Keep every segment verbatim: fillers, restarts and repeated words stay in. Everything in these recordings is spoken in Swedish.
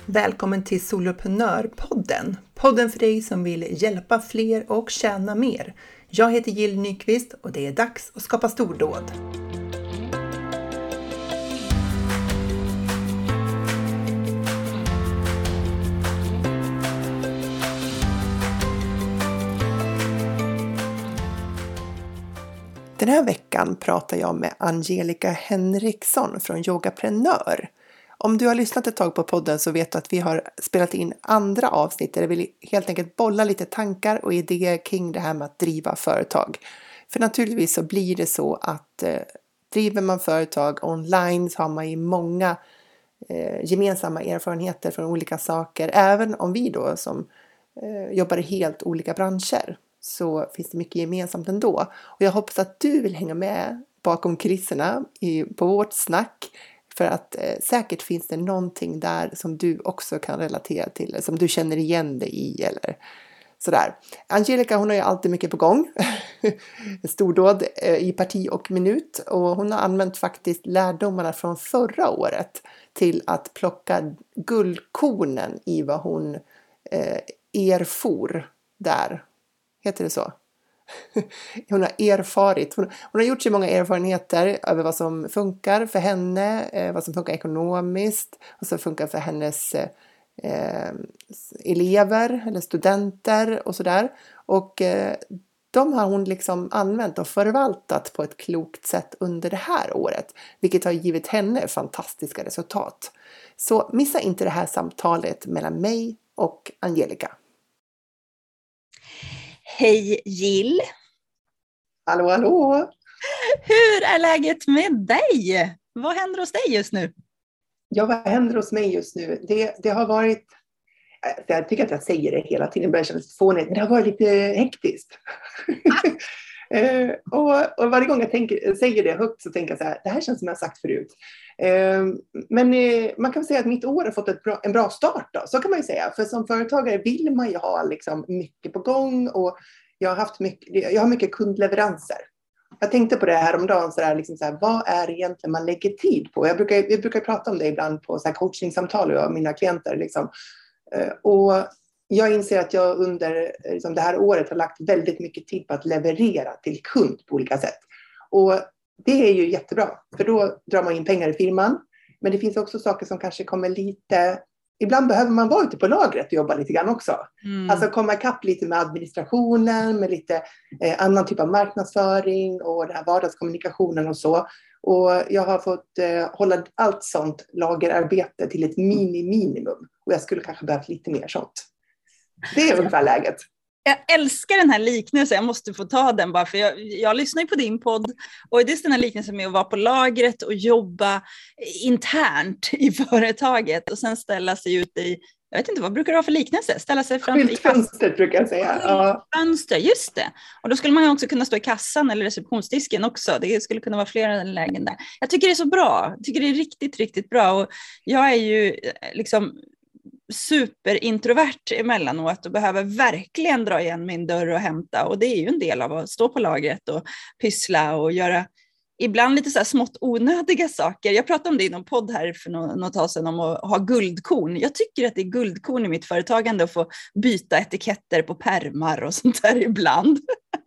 Välkommen till Soloprenörpodden. Podden för dig som vill hjälpa fler och tjäna mer. Jag heter Jill Nyqvist och det är dags att skapa stordåd. Den här veckan pratar jag med Angelica Henriksson från Yogaprenör. Om du har lyssnat ett tag på podden så vet du att vi har spelat in andra avsnitt där vi helt enkelt bollar lite tankar och idéer kring det här med att driva företag. För naturligtvis så blir det så att eh, driver man företag online så har man ju många eh, gemensamma erfarenheter från olika saker. Även om vi då som eh, jobbar i helt olika branscher så finns det mycket gemensamt ändå. Och jag hoppas att du vill hänga med bakom kulisserna i, på vårt snack. För att eh, säkert finns det någonting där som du också kan relatera till. Som du känner igen dig i eller sådär. Angelica hon har ju alltid mycket på gång. Stordåd eh, i parti och minut. Och hon har använt faktiskt lärdomarna från förra året. Till att plocka guldkornen i vad hon eh, erfor där. Heter det så? Hon har erfarit, hon, hon har gjort så många erfarenheter över vad som funkar för henne, eh, vad som funkar ekonomiskt, vad som funkar för hennes eh, elever eller studenter och sådär. Och eh, de har hon liksom använt och förvaltat på ett klokt sätt under det här året, vilket har givit henne fantastiska resultat. Så missa inte det här samtalet mellan mig och Angelica. Hej Jill! Hallå, hallå! Hur är läget med dig? Vad händer hos dig just nu? Ja, vad händer hos mig just nu? Det, det har varit, jag tycker att jag säger det hela tiden, börjar kännas fånigt, men det har varit lite hektiskt. eh, och, och varje gång jag tänker, säger det högt så tänker jag så här, det här känns som jag sagt förut. Eh, men eh, man kan säga att mitt år har fått ett bra, en bra start då, så kan man ju säga. För som företagare vill man ju ha liksom mycket på gång och jag har haft mycket, jag har mycket kundleveranser. Jag tänkte på det här om dagen så där, liksom så här, vad är det egentligen man lägger tid på? Jag brukar, jag brukar prata om det ibland på så här coachingsamtal och mina klienter liksom. Eh, och jag inser att jag under liksom, det här året har lagt väldigt mycket tid på att leverera till kund på olika sätt. Och det är ju jättebra, för då drar man in pengar i firman. Men det finns också saker som kanske kommer lite... Ibland behöver man vara ute på lagret och jobba lite grann också. Mm. Alltså komma ikapp lite med administrationen, med lite eh, annan typ av marknadsföring och den här vardagskommunikationen och så. Och jag har fått eh, hålla allt sånt lagerarbete till ett mini-minimum. Och jag skulle kanske behövt lite mer sånt. Det är ungefär läget. Jag älskar den här liknelsen, jag måste få ta den bara för jag, jag lyssnar ju på din podd och det är den här liknelsen med att vara på lagret och jobba internt i företaget och sen ställa sig ut i, jag vet inte, vad brukar du ha för liknelse? Ställa sig framför skyltfönstret brukar jag säga. Ja. Fönster, just det. Och då skulle man också kunna stå i kassan eller receptionsdisken också. Det skulle kunna vara flera lägen där. Jag tycker det är så bra, jag tycker det är riktigt, riktigt bra och jag är ju liksom superintrovert emellanåt och behöver verkligen dra igen min dörr och hämta och det är ju en del av att stå på lagret och pyssla och göra ibland lite så här smått onödiga saker. Jag pratade om det i någon podd här för något tag sedan om att ha guldkorn. Jag tycker att det är guldkorn i mitt företagande att få byta etiketter på pärmar och sånt där ibland.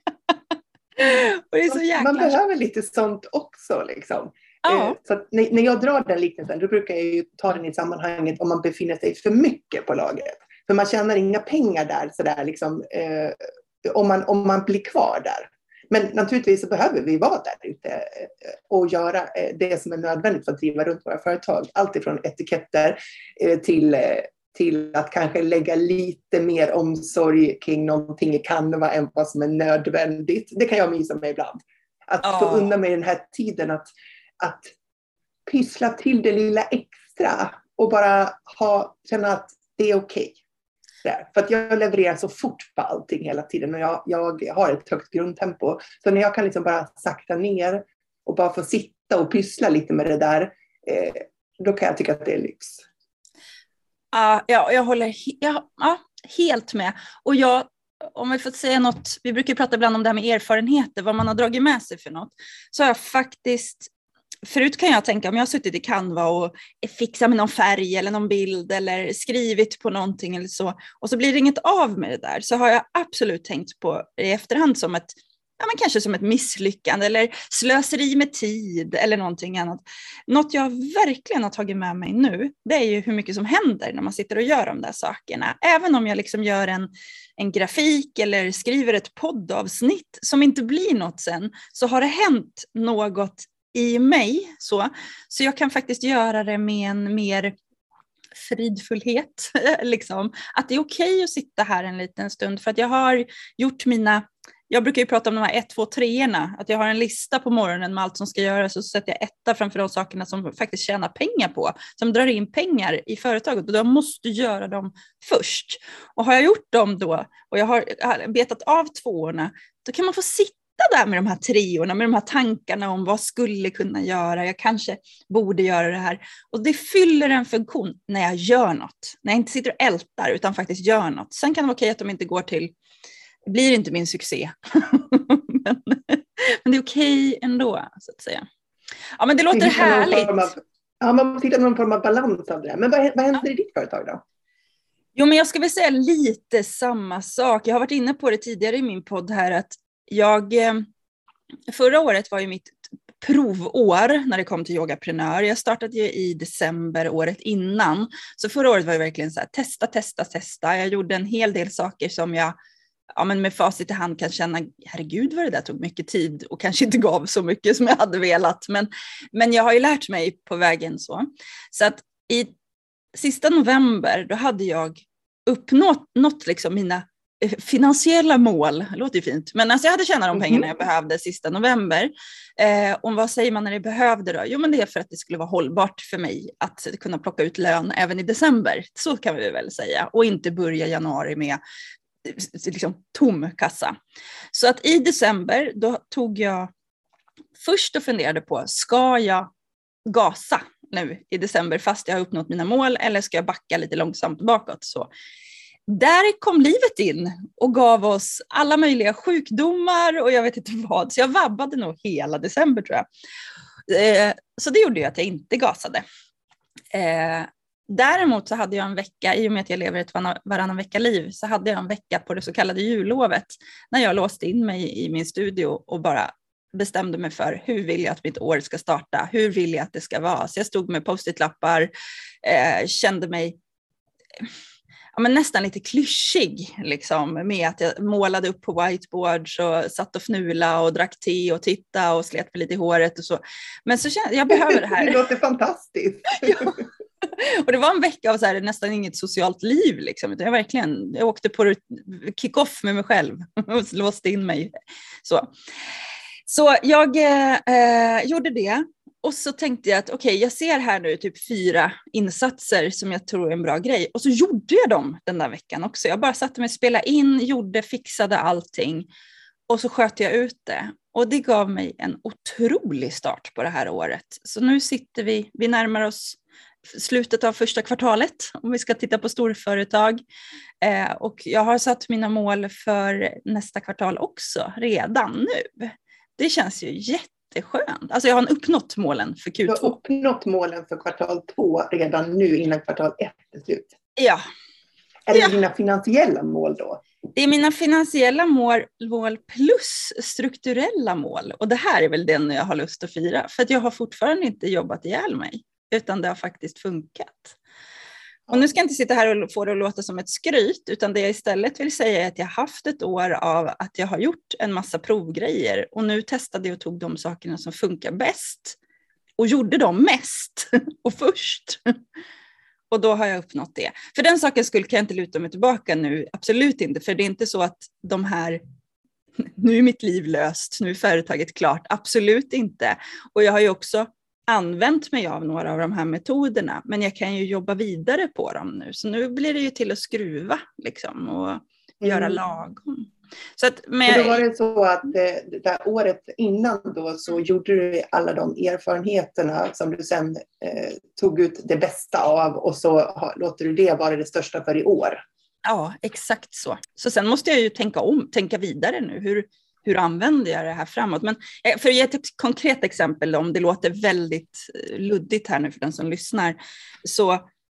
Och det är så jäkla... Man behöver lite sånt också liksom. Ja. Så att när jag drar den liknelsen, då brukar jag ju ta den i sammanhanget om man befinner sig för mycket på lagret. För man tjänar inga pengar där, så där liksom, eh, om, man, om man blir kvar där. Men naturligtvis så behöver vi vara där ute och göra det som är nödvändigt för att driva runt våra företag. Allt ifrån etiketter till, till att kanske lägga lite mer omsorg kring någonting i Canva än vad som är nödvändigt. Det kan jag mysa med ibland. Att ja. få undan med den här tiden att att pyssla till det lilla extra och bara ha, känna att det är okej. Okay. För att jag levererar så fort på allting hela tiden och jag, jag har ett högt grundtempo. Så när jag kan liksom bara sakta ner och bara få sitta och pyssla lite med det där, eh, då kan jag tycka att det är lyx. Uh, ja, jag håller he- ja, ja, helt med. Och jag, om vi får säga något, vi brukar prata ibland om det här med erfarenheter, vad man har dragit med sig för något, så har jag faktiskt förut kan jag tänka, om jag har suttit i Canva och fixat med någon färg eller någon bild eller skrivit på någonting eller så, och så blir det inget av med det där, så har jag absolut tänkt på i efterhand som ett, ja, men kanske som ett misslyckande eller slöseri med tid eller någonting annat. Något jag verkligen har tagit med mig nu, det är ju hur mycket som händer när man sitter och gör de där sakerna. Även om jag liksom gör en, en grafik eller skriver ett poddavsnitt som inte blir något sen, så har det hänt något i mig. Så, så jag kan faktiskt göra det med en mer fridfullhet. liksom. Att det är okej att sitta här en liten stund, för att jag har gjort mina... Jag brukar ju prata om de här ett, två, treorna. Att jag har en lista på morgonen med allt som ska göras, och så sätter jag etta framför de sakerna som faktiskt tjänar pengar på. Som drar in pengar i företaget, och jag måste göra dem först. Och har jag gjort dem då, och jag har betat av tvåorna, då kan man få sitta där med de här treorna, med de här tankarna om vad skulle kunna göra. Jag kanske borde göra det här. Och det fyller en funktion när jag gör något. När jag inte sitter och ältar utan faktiskt gör något. Sen kan det vara okej att de inte går till... Det blir inte min succé. men, men det är okej ändå, så att säga. Ja, men det låter härligt. Av, ja, man måste hitta någon form av balans av det. Men vad, vad händer ja. i ditt företag då? Jo, men jag ska väl säga lite samma sak. Jag har varit inne på det tidigare i min podd här, att jag... Förra året var ju mitt provår när det kom till Yogaprenör. Jag startade ju i december året innan. Så förra året var det verkligen så här, testa, testa, testa. Jag gjorde en hel del saker som jag... Ja, men med facit i hand kan känna, herregud vad det där tog mycket tid och kanske inte gav så mycket som jag hade velat. Men, men jag har ju lärt mig på vägen så. Så att i sista november, då hade jag uppnått något liksom mina finansiella mål. Det låter ju fint. Men alltså jag hade tjänat de pengarna jag behövde sista november. Eh, och vad säger man när det behövde då? Jo, men det är för att det skulle vara hållbart för mig att kunna plocka ut lön även i december. Så kan vi väl säga. Och inte börja januari med liksom tom kassa. Så att i december då tog jag först och funderade på, ska jag gasa nu i december fast jag har uppnått mina mål, eller ska jag backa lite långsamt bakåt? Så där kom livet in och gav oss alla möjliga sjukdomar och jag vet inte vad, så jag vabbade nog hela december tror jag. Eh, så det gjorde ju att jag inte gasade. Eh, Däremot så hade jag en vecka, i och med att jag lever ett varannan vecka liv, så hade jag en vecka på det så kallade jullovet när jag låste in mig i min studio och bara bestämde mig för hur vill jag att mitt år ska starta, hur vill jag att det ska vara. Så jag stod med post-it-lappar, eh, kände mig ja, men nästan lite klyschig liksom, med att jag målade upp på whiteboards och satt och fnula och drack te och titta och slet på lite i håret och så. Men så kände jag, behöver det här. Det låter fantastiskt. Ja. Och det var en vecka av så här, nästan inget socialt liv. Liksom. Jag, verkligen, jag åkte på kick-off med mig själv och låste in mig. Så, så jag eh, gjorde det. Och så tänkte jag att okej, okay, jag ser här nu typ fyra insatser som jag tror är en bra grej. Och så gjorde jag dem den där veckan också. Jag bara satte mig och spelade in, gjorde, fixade allting. Och så sköt jag ut det. Och det gav mig en otrolig start på det här året. Så nu sitter vi, vi närmar oss slutet av första kvartalet om vi ska titta på storföretag. Eh, och jag har satt mina mål för nästa kvartal också redan nu. Det känns ju jätteskönt. Alltså jag har uppnått målen för Q två. Du har uppnått målen för kvartal två redan nu innan kvartal ett är slut. Ja. Är det ja. dina finansiella mål då? Det är mina finansiella mål, mål plus strukturella mål. Och det här är väl den jag har lust att fira. För att jag har fortfarande inte jobbat ihjäl mig. Utan det har faktiskt funkat. Och nu ska jag inte sitta här och få det att låta som ett skryt. Utan det jag istället vill säga är att jag har haft ett år av att jag har gjort en massa provgrejer. Och nu testade jag och tog de sakerna som funkar bäst. Och gjorde dem mest. Och först. Och då har jag uppnått det. För den saken skulle kan jag inte luta mig tillbaka nu. Absolut inte. För det är inte så att de här... Nu är mitt liv löst. Nu är företaget klart. Absolut inte. Och jag har ju också använt mig av några av de här metoderna. Men jag kan ju jobba vidare på dem nu. Så nu blir det ju till att skruva. Liksom, och mm. göra lagom. Så att med... Och då var det så att det där året innan då så gjorde du alla de erfarenheterna som du sen eh, tog ut det bästa av och så ha, låter du det vara det största för i år. Ja, exakt så. Så sen måste jag ju tänka om, tänka vidare nu. Hur, hur använder jag det här framåt? Men för att ge ett konkret exempel, om det låter väldigt luddigt här nu för den som lyssnar, så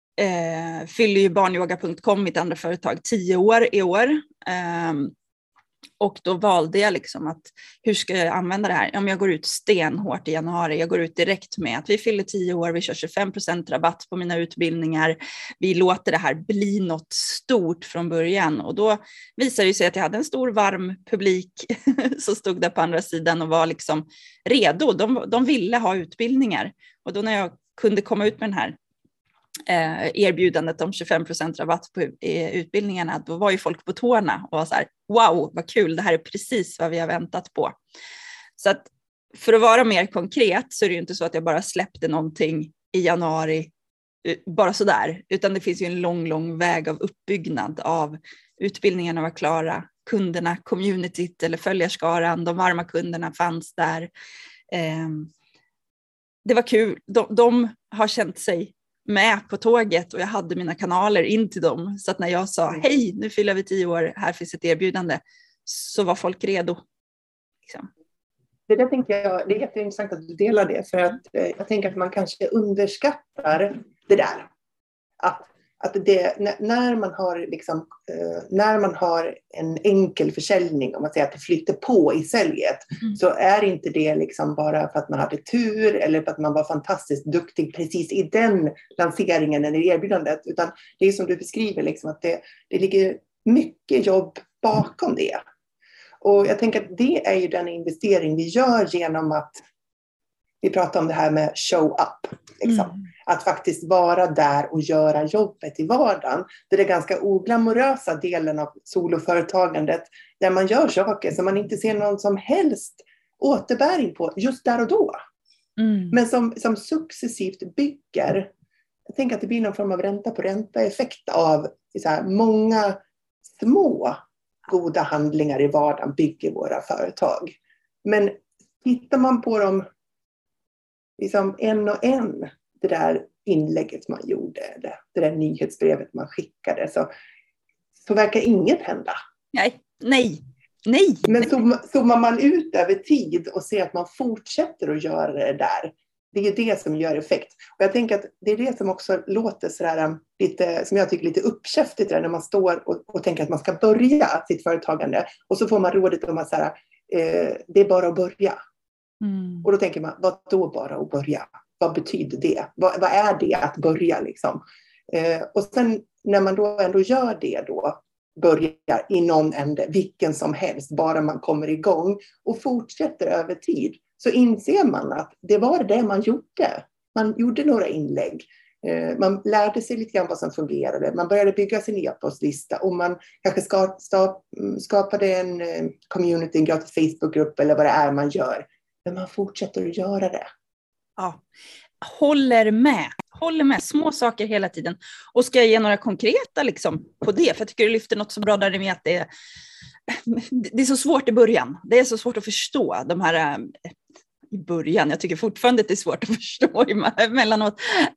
eh, fyller ju barnyoga punkt com, mitt andra företag, tio år i år. Eh, och då valde jag liksom att, hur ska jag använda det här? Om jag går ut stenhårt i januari, jag går ut direkt med att vi fyller tio år, vi kör tjugofem procent rabatt på mina utbildningar, vi låter det här bli något stort från början. Och då visade det sig att jag hade en stor varm publik som stod där på andra sidan och var liksom redo. De, de ville ha utbildningar. Och då när jag kunde komma ut med den här Eh, erbjudandet om tjugofem procent rabatt på eh, utbildningarna, då var ju folk på tårna och var så här, wow, vad kul, det här är precis vad vi har väntat på. Så att för att vara mer konkret så är det ju inte så att jag bara släppte någonting i januari bara så där, utan det finns ju en lång, lång väg av uppbyggnad av utbildningarna var klara, kunderna, communityt eller följarskaran, de varma kunderna fanns där. Eh, det var kul, de, de har känt sig med på tåget och jag hade mina kanaler in till dem. Så att när jag sa, hej, nu fyller vi tio år, här finns ett erbjudande, så var folk redo. Liksom. Det där tänker jag, det är jätteintressant att du delar det. För att eh, jag tänker att man kanske underskattar det där. Att, att det, när man har liksom, eh, när man har en enkel försäljning, om man säger att det flyter på i säljet, mm. så är inte det liksom bara för att man hade tur eller för att man var fantastiskt duktig precis i den lanseringen eller erbjudandet, utan det är som du beskriver liksom, att det, det ligger mycket jobb bakom det. Och jag tänker att det är ju den investering vi gör genom att vi pratar om det här med show up. Liksom. Mm. Att faktiskt vara där och göra jobbet i vardagen. Det är den ganska oglamorösa delen av soloföretagandet. Där man gör saker som man inte ser någon som helst återbäring på just där och då. Mm. Men som, som successivt bygger. Jag tänker att det blir någon form av ränta på ränta-effekt av så här, många små goda handlingar i vardagen bygger våra företag. Men tittar man på dem liksom en och en, det där inlägget man gjorde, det, det där nyhetsbrevet man skickade, så, så verkar inget hända. Nej, nej, nej. Men zoomar man ut över tid och ser att man fortsätter att göra det där, det är ju det som gör effekt. Och jag tänker att det är det som också låter sådär lite, som jag tycker lite uppkäftigt där, när man står och, och tänker att man ska börja sitt företagande. Och så får man rådet om att såhär, eh, det är bara att börja. Mm. Och då tänker man, vad då bara att börja? Vad betyder det? Vad, vad är det att börja liksom? Eh, och sen när man då ändå gör det då, börjar i någon ände, vilken som helst, bara man kommer igång och fortsätter över tid, så inser man att det var det man gjorde. Man gjorde några inlägg. Eh, man lärde sig lite grann vad som fungerade. Man började bygga sin e-postlista och man kanske ska, ska, skapade en eh, community, en gratis Facebookgrupp eller vad det är man gör. Men man fortsätter att göra det. Ja, håller med. Håller med. Små saker hela tiden. Och ska jag ge några konkreta liksom, på det? För jag tycker du lyfter något så bra där med att det är, det är så svårt i början. Det är så svårt att förstå de här i början. Jag tycker fortfarande att det är svårt att förstå emellanåt.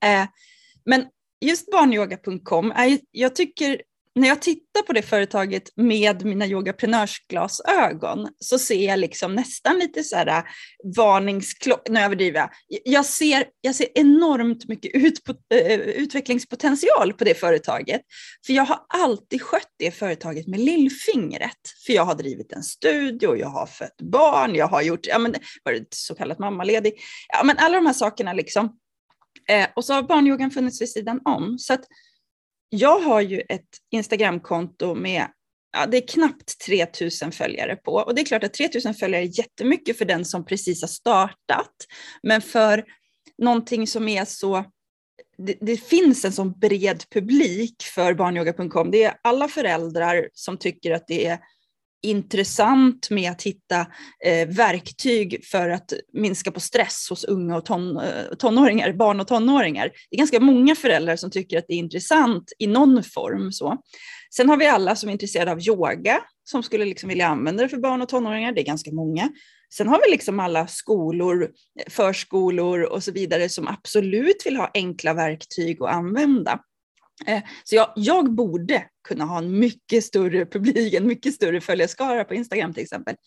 Men just barnyoga punkt com, jag tycker, när jag tittar på det företaget med mina yogaprenörsglasögon, så ser jag liksom nästan lite så här varningsklock, nu överdriver jag. Jag ser, jag ser enormt mycket ut på, uh, utvecklingspotential på det företaget. För jag har alltid skött det företaget med lillfingret. För jag har drivit en studio, jag har fött barn, jag har gjort, ja men varit så kallat mammaledig. Ja men alla de här sakerna liksom. Uh, och så har barnyogan funnits vid sidan om. Så att jag har ju ett Instagramkonto med, ja, det är knappt tre tusen följare på. Och det är klart att tre tusen följare är jättemycket för den som precis har startat. Men för någonting som är så, det, det finns en sån bred publik för barnyoga punkt com. Det är alla föräldrar som tycker att det är intressant med att hitta eh, verktyg för att minska på stress hos unga och ton, eh, tonåringar, barn och tonåringar. Det är ganska många föräldrar som tycker att det är intressant i någon form. Så. Sen har vi alla som är intresserade av yoga, som skulle liksom vilja använda det för barn och tonåringar. Det är ganska många. Sen har vi liksom alla skolor, förskolor och så vidare som absolut vill ha enkla verktyg att använda. Så jag, jag borde kunna ha en mycket större publik, en mycket större följarskara på Instagram till exempel.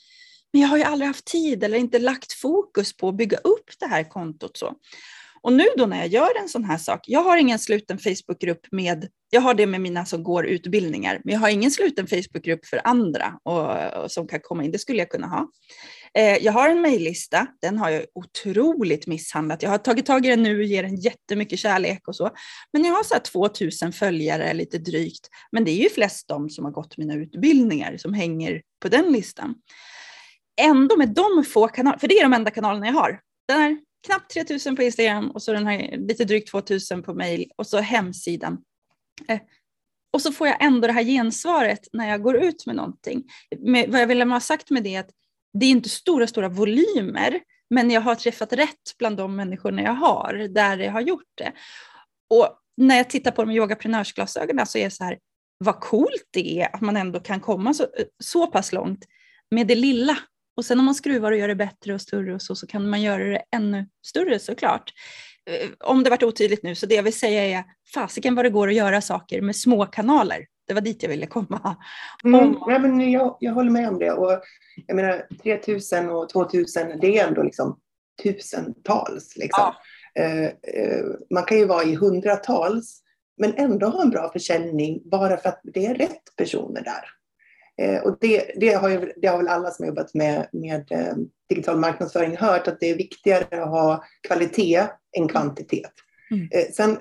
Men jag har ju aldrig haft tid eller inte lagt fokus på att bygga upp det här kontot så. Och nu då när jag gör en sån här sak, jag har ingen sluten Facebookgrupp med, jag har det med mina som går utbildningar, men jag har ingen sluten Facebookgrupp för andra och, och som kan komma in, det skulle jag kunna ha. Eh, jag har en mejllista, den har jag otroligt misshandlat. Jag har tagit tag i den nu och ger den jättemycket kärlek och så. Men jag har så här tvåtusen följare, lite drygt. Men det är ju flest de som har gått mina utbildningar som hänger på den listan. Ändå med de få kanaler, för det är de enda kanalerna jag har. Den här knappt tre tusen på Instagram och så den här lite drygt tvåtusen på mejl och så hemsidan. Eh, och så får jag ändå det här gensvaret när jag går ut med någonting. Med, vad jag vill ha sagt med det är att det är inte stora, stora volymer, men jag har träffat rätt bland de människorna jag har, där jag har gjort det. Och när jag tittar på de yogaprenörsglasögonen så är det så här, vad coolt det är att man ändå kan komma så, så pass långt med det lilla. Och sen om man skruvar och gör det bättre och större och så, så kan man göra det ännu större såklart. Om det varit otydligt nu, så det jag vill säga är, fasiken vad det går att göra saker med små kanaler. Det var dit jag ville komma. Mm, om... nej, men jag, jag håller med om det. Och jag menar, tre tusen och två tusen, det är ändå liksom tusentals. Liksom. Ja. Eh, eh, man kan ju vara i hundratals, men ändå ha en bra försäljning bara för att det är rätt personer där. Eh, och det, det, har ju, det har väl alla som har jobbat med, med eh, digital marknadsföring hört, att det är viktigare att ha kvalitet än kvantitet. Mm. Eh, sen...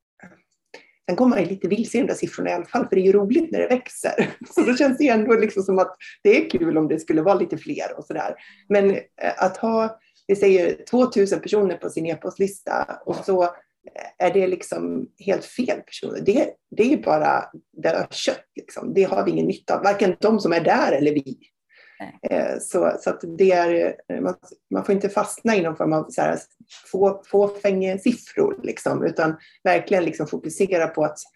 Sen kommer man lite vilse i de där siffrorna i alla fall, för det är ju roligt när det växer. Så då känns det ändå liksom som att det är kul om det skulle vara lite fler och sådär. Men att ha, vi säger tvåtusen personer på sin e-postlista och så är det liksom helt fel personer. Det, det är ju bara dödkött liksom. Det har vi ingen nytta av, varken de som är där eller vi. Eh, så, så att det är, man, man får inte fastna i någon form av så här, få, fåfänge siffror liksom, utan verkligen liksom fokusera på att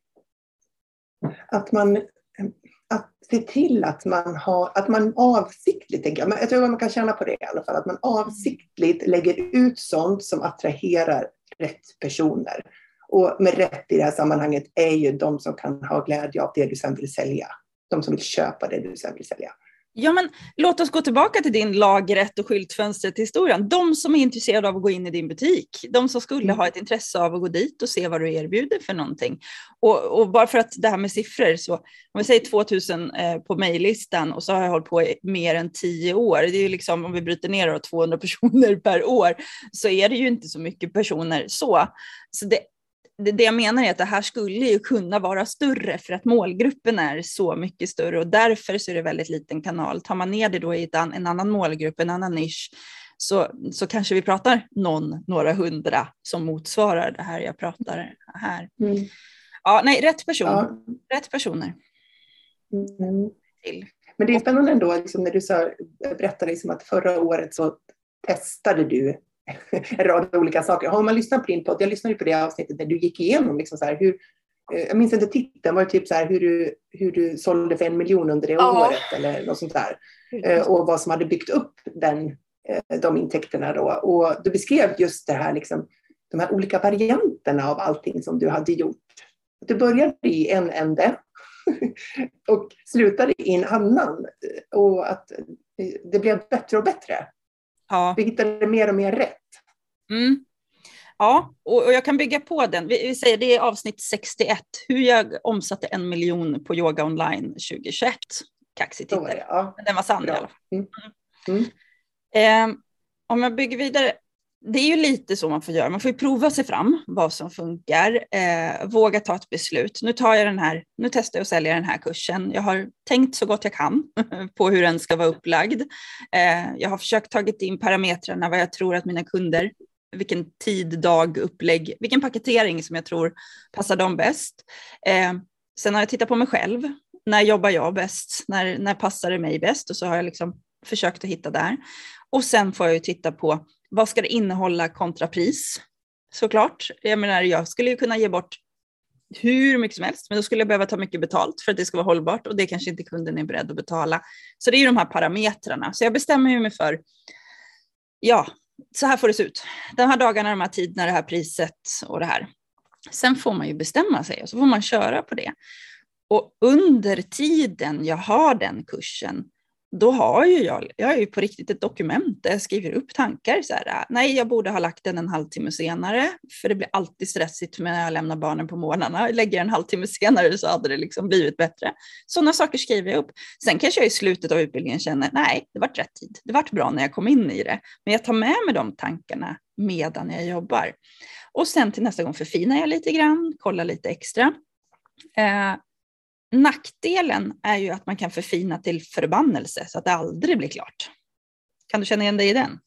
att man att se till att man har, att man avsiktligt, tänker jag, men jag tror att man kan känna på det i alla fall, att man avsiktligt lägger ut sånt som attraherar rätt personer. Och med rätt i det här sammanhanget är ju de som kan ha glädje av det du sen vill sälja, de som vill köpa det du sen vill sälja. Ja, men låt oss gå tillbaka till din lagrätt och skyltfönstret historien. De som är intresserade av att gå in i din butik, de som skulle ha ett intresse av att gå dit och se vad du erbjuder för någonting. Och, och bara för att det här med siffror, så om vi säger tvåtusen eh, på mejllistan och så har jag hållit på i mer än tio år. Det är ju liksom, om vi bryter ner då, tvåhundra personer per år, så är det ju inte så mycket personer så. Så det Det, det jag menar är att det här skulle ju kunna vara större för att målgruppen är så mycket större och därför så är det väldigt liten kanal. Tar man ner det då i ett an, en annan målgrupp, en annan nisch, så, så kanske vi pratar någon, några hundra som motsvarar det här jag pratar här. Mm. Ja, nej, rätt person. Ja. Rätt personer. Mm. Till. Men det är spännande ändå, liksom, när du sa, berättade liksom att förra året så testade du en rad olika saker. Har man lyssnat på din podd, jag lyssnade på det avsnittet där du gick igenom liksom så här, hur, jag minns inte titeln, var det typ så här hur du, hur du sålde för en miljon under det ja. året eller något sånt där. Och vad som hade byggt upp den, de intäkterna då. Och du beskrev just det här liksom, de här olika varianterna av allting som du hade gjort. Du började i en ände och slutade i en annan. Och att det blev bättre och bättre. Ja. Vi hittade mer och mer rätt. Mm. Ja, och, och jag kan bygga på den. Vi, vi säger det är avsnitt sextioett. Hur jag omsatte en miljon på yoga online tjugohundratjugoett. Kaxig titel. Ja. Men den var sann i alla fall. Mm. Mm. Mm. Eh, om jag bygger vidare. Det är ju lite så man får göra. Man får ju prova sig fram vad som funkar. Eh, våga ta ett beslut. Nu tar jag den här. Nu testar jag att sälja den här kursen. Jag har tänkt så gott jag kan på hur den ska vara upplagd. Eh, jag har försökt tagit in parametrarna vad jag tror att mina kunder, vilken tid, dag, upplägg, vilken paketering som jag tror passar dem bäst. Eh, sen har jag tittat på mig själv. När jobbar jag bäst? När, när passar det mig bäst? Och så har jag liksom försökt att hitta där. Och sen får jag ju titta på vad ska det innehålla kontra pris? Såklart. Jag menar, jag skulle ju kunna ge bort hur mycket som helst, men då skulle jag behöva ta mycket betalt för att det ska vara hållbart och det kanske inte kunden är beredd att betala. Så det är ju de här parametrarna. Så jag bestämmer mig för, ja, så här får det se ut. De här dagarna, de här tiderna, det här priset och det här. Sen får man ju bestämma sig och så får man köra på det. Och under tiden jag har den kursen, då har ju jag, jag är ju på riktigt ett dokument där jag skriver upp tankar. Så här, nej, jag borde ha lagt den en halvtimme senare, för det blir alltid stressigt när jag lämnar barnen på morgnarna. Lägger en halvtimme senare så hade det liksom blivit bättre. Sådana saker skriver jag upp. Sen kanske jag i slutet av utbildningen känner, nej, det var rätt tid. Det var bra när jag kom in i det. Men jag tar med mig de tankarna medan jag jobbar. Och sen till nästa gång förfinar jag lite grann, kollar lite extra. Eh, nackdelen är ju att man kan förfina till förbannelse så att det aldrig blir klart. Kan du känna igen dig i den?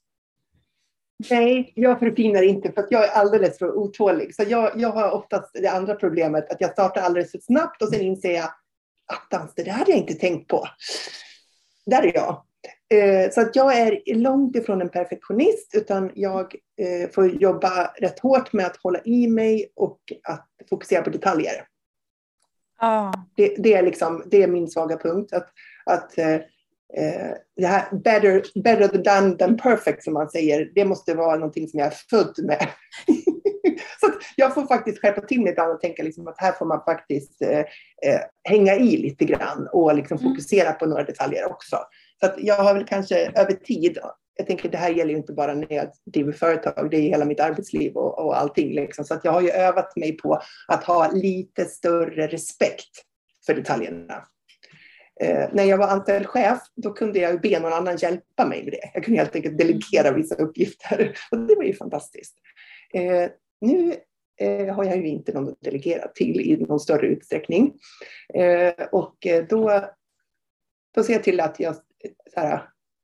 Nej, jag förfinar inte för att jag är alldeles för otålig. Så jag, jag har oftast det andra problemet att jag startar alldeles för snabbt och sen inser jag att det där hade jag inte tänkt på. Där är jag. Eh, så att jag är långt ifrån en perfektionist, utan jag eh, får jobba rätt hårt med att hålla i mig och att fokusera på detaljer. Ah. Det, det, är liksom, det är min svaga punkt. Att, att eh, det här better, better done than perfect som man säger, det måste vara någonting som jag är född med. Så att jag får faktiskt skärpa till mig ibland och tänka liksom att här får man faktiskt eh, eh, hänga i lite grann och liksom fokusera mm. på några detaljer också. Så att jag har väl kanske över tid, jag tänker det här gäller ju inte bara när jag driver företag, det är hela mitt arbetsliv och, och allting liksom. Så att jag har ju övat mig på att ha lite större respekt för detaljerna. Eh, när jag var anställd chef, då kunde jag ju be någon annan hjälpa mig med det. Jag kunde helt enkelt delegera vissa uppgifter och det var ju fantastiskt. Eh, nu eh, har jag ju inte någon att delegera till i någon större utsträckning. Eh, och då, då ser jag till att jag så här,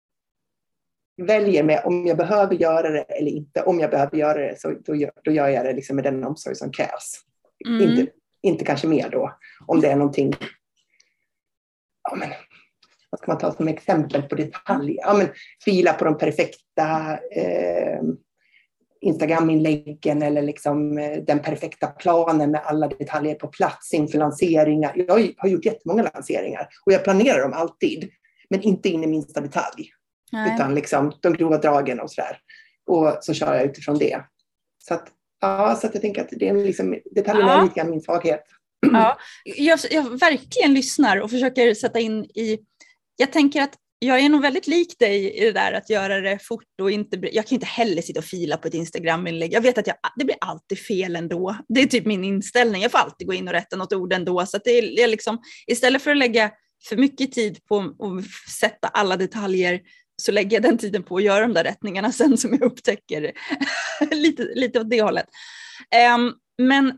väljer med om jag behöver göra det eller inte. Om jag behöver göra det så då gör, då gör jag det liksom med den omsorg som krävs. Mm. Inte, inte kanske mer då. Om det är någonting. Ja, men, vad ska man ta som exempel på detaljer? Ja, men, fila på de perfekta eh, Instagram-inläggen eller liksom eh, den perfekta planen med alla detaljer på plats inför lanseringar. Jag har gjort jättemånga lanseringar och jag planerar dem alltid. Men inte in i minsta detalj. Nej. Utan liksom de grova dragen och sådär. Och så kör jag utifrån det. Så att, ja, så att jag tänker att det är liksom, detaljerna ja. är lite grann min svaghet. Ja, jag, jag verkligen lyssnar och försöker sätta in i... Jag tänker att jag är nog väldigt lik dig i det där att göra det fort och inte... Jag kan inte heller sitta och fila på ett Instagram-inlägg. Jag vet att jag, det blir alltid fel ändå. Det är typ min inställning. Jag får alltid gå in och rätta något ord ändå. Så att det är, är liksom, istället för att lägga för mycket tid på att sätta alla detaljer så lägger jag den tiden på att göra de där rättningarna sen som jag upptäcker lite, lite åt det hållet. Um, men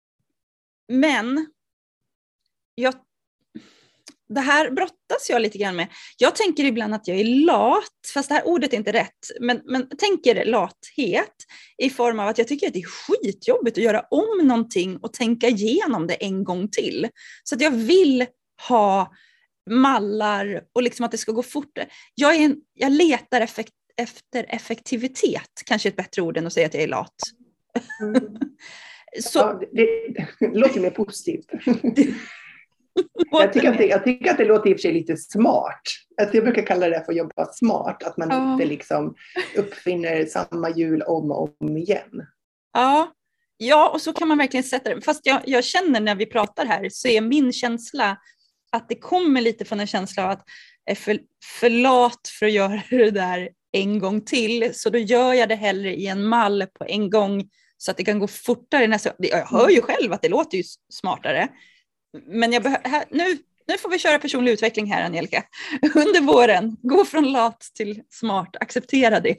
men jag, det här brottas jag lite grann med. Jag tänker ibland att jag är lat, fast det här ordet är inte rätt, men, men tänker lathet i form av att jag tycker att det är skitjobbigt att göra om någonting och tänka igenom det en gång till. Så att jag vill ha mallar och liksom att det ska gå fortare. Jag, är en, jag letar effekt, efter effektivitet, kanske ett bättre ord än att säga att jag är lat. Mm. Så. Ja, det, det låter mer positivt. jag, tycker att det, jag tycker att det låter i och för sig lite smart. Alltså jag brukar kalla det för att jobba smart. Att man ja. inte liksom uppfinner samma hjul om och om igen. Ja, ja, och så kan man verkligen sätta det. Fast jag, jag känner när vi pratar här så är min känsla att det kommer lite från en känsla av att jag är för, för lat för att göra det där en gång till. Så då gör jag det hellre i en mall på en gång så att det kan gå fortare nästa. Jag hör ju själv att det låter ju smartare. Men jag behö- här, nu, nu får vi köra personlig utveckling här, Angelica. Under våren, gå från lat till smart. Acceptera det.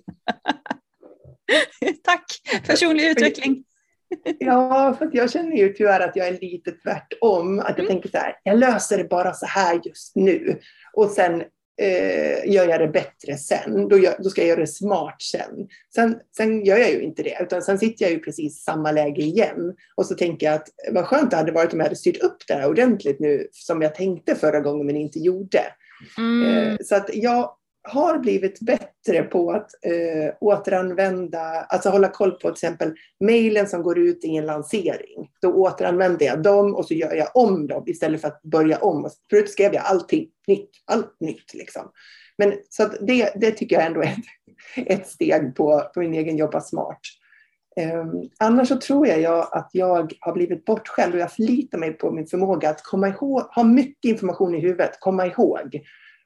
Tack, personlig utveckling. Ja, för jag känner ju tyvärr att jag är lite tvärtom. Att jag mm. tänker så här, jag löser det bara så här just nu. Och sen eh, gör jag det bättre sen. Då, gör, då ska jag göra det smart sen. sen. Sen gör jag ju inte det. Utan sen sitter jag ju precis i samma läge igen. Och så tänker jag att vad skönt det hade varit om jag hade styrt upp det här ordentligt nu. Som jag tänkte förra gången men inte gjorde. Mm. Eh, så att jag har blivit bättre på att eh, återanvända, alltså hålla koll på till exempel mejlen som går ut i en lansering. Då återanvänder jag dem och så gör jag om dem istället för att börja om. Förut skrev jag allting nytt, allt nytt liksom. Men så att det, det tycker jag ändå är ett, ett steg på, på min egen jobba smart. Um, annars så tror jag, jag att jag har blivit bortskämd och jag förlitar mig på min förmåga att komma ihåg, ha mycket information i huvudet, komma ihåg.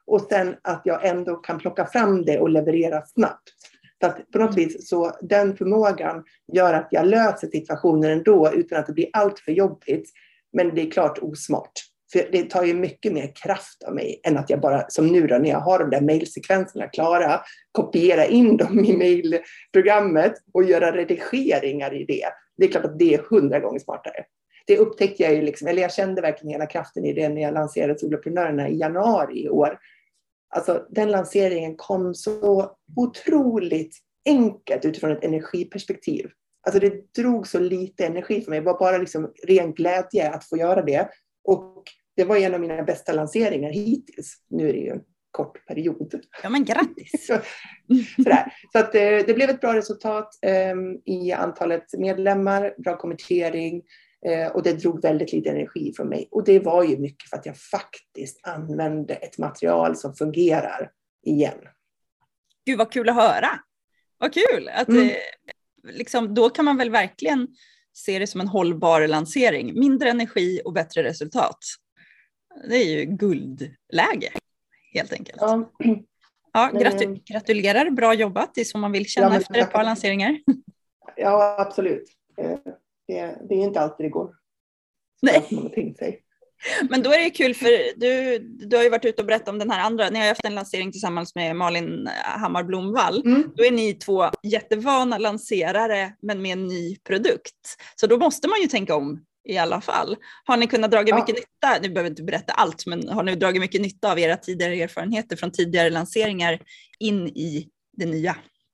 Och sen att jag ändå kan plocka fram det och leverera snabbt. Så att på något vis så den förmågan gör att jag löser situationer ändå utan att det blir allt för jobbigt. Men det är klart osmart. För det tar ju mycket mer kraft av mig än att jag bara, som nu då, när jag har de där mejlsekvenserna klara, kopiera in dem i mejlprogrammet och göra redigeringar i det. Det är klart att det är hundra gånger smartare. Det upptäckte jag ju liksom, eller jag kände verkligen hela kraften i det när jag lanserade Soloprenörerna i januari i år. Alltså den lanseringen kom så otroligt enkelt utifrån ett energiperspektiv. Alltså det drog så lite energi för mig. Det var bara liksom ren glädje att få göra det. Och det var en av mina bästa lanseringar hittills. Nu är det ju en kort period. Ja, men grattis! Sådär. Så att, eh, det blev ett bra resultat eh, i antalet medlemmar, bra kommentering. Eh, och det drog väldigt lite energi från mig. Och det var ju mycket för att jag faktiskt använde ett material som fungerar igen. Gud vad kul att höra! Vad kul! Att, mm. eh, liksom, då kan man väl verkligen se det som en hållbar lansering. Mindre energi och bättre resultat. Det är ju guldläge, helt enkelt. Ja, ja gratu- gratulerar, bra jobbat. Det är så man vill känna ja, efter ett par lanseringar. Ja, absolut. Det, det är inte alltid det går. Nej. Man tänkt sig. Men då är det kul för du, du har ju varit ute och berättat om den här andra. Ni har haft en lansering tillsammans med Malin Hammar Blomvall. Mm. Då är ni två jättevana lanserare men med en ny produkt. Så då måste man ju tänka om i alla fall. Har ni kunnat dra ja. mycket nytta? Nu behöver inte berätta allt, men har ni dragit mycket nytta av era tidigare erfarenheter från tidigare lanseringar in i det nya?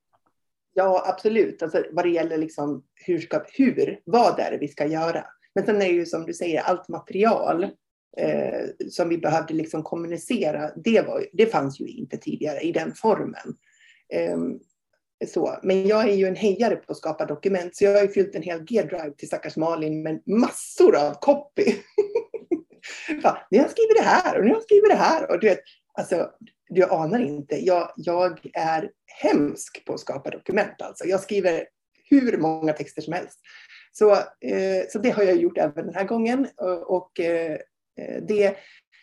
Ja, absolut. Alltså, vad det gäller liksom hur, ska, hur, vad är det vi ska göra? Men sen är det ju som du säger, allt material eh, som vi behövde liksom kommunicera, det, var, det fanns ju inte tidigare i den formen. Eh, så. Men jag är ju en hejare på att skapa dokument, så jag har ju fyllt en hel G-drive till stackars Malin med massor av copy. Ja, nu har jag skrivit det här och nu har jag skrivit det här. Och du vet, alltså, du anar inte, jag, jag är hemsk på att skapa dokument. Alltså. Jag skriver hur många texter som helst. Så, eh, så det har jag gjort även den här gången. Och, och eh, det,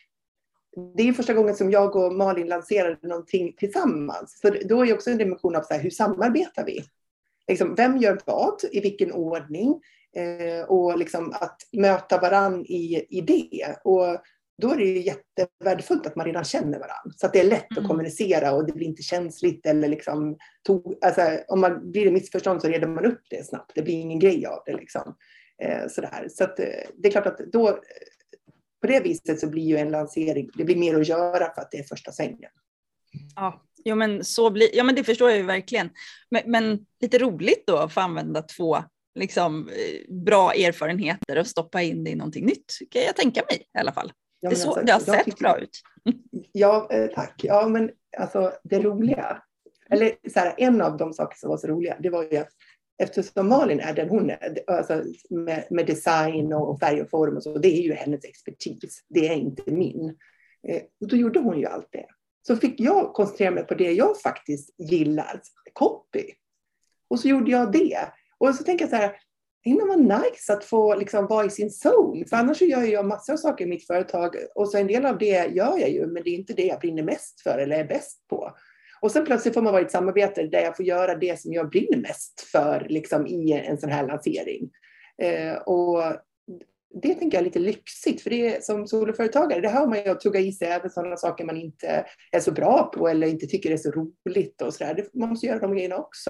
det är första gången som jag och Malin lanserade någonting tillsammans. Så då är det också en dimension av så här, hur samarbetar vi? Liksom, vem gör vad? I vilken ordning? Eh, och liksom att möta varann i, i det. Och då är det ju jättevärdefullt att man redan känner varandra. Så att det är lätt mm. att kommunicera och det blir inte känsligt. Eller liksom, to, alltså, om man blir det missförstånd så reder man upp det snabbt. Det blir ingen grej av det. Liksom. Eh, sådär. Så att, det är klart att då, på det viset så blir ju en lansering, det blir mer att göra för att det är första svängen. Ja, jo, men, så blir, ja men det förstår jag ju verkligen. Men, men lite roligt då att få använda två liksom, bra erfarenheter och stoppa in det i någonting nytt. Kan jag tänka mig i alla fall. Ja, det, så, alltså, det har sett tycker, bra ut. Ja, tack. Ja, men alltså det roliga, eller så här, en av de saker som var så roliga, det var ju att eftersom Malin är den hon är, alltså med, med design och färg och form och så, det är ju hennes expertis. Det är inte min. Eh, och då gjorde hon ju allt det. Så fick jag koncentrera mig på det jag faktiskt gillar, copy. Och så gjorde jag det. Och så tänker jag så här, det var nice att få liksom vara i sin zone. För annars så gör jag massor av saker i mitt företag. Och så en del av det gör jag ju. Men det är inte det jag brinner mest för eller är bäst på. Och sen plötsligt får man vara i ett samarbete där jag får göra det som jag brinner mest för liksom i en sån här lansering. Eh, och det tänker jag är lite lyxigt. För det är, som soloföretagare, det hör man ju att tugga i sig även sådana saker man inte är så bra på. Eller inte tycker är så roligt och sådär. Man måste göra de grejerna också.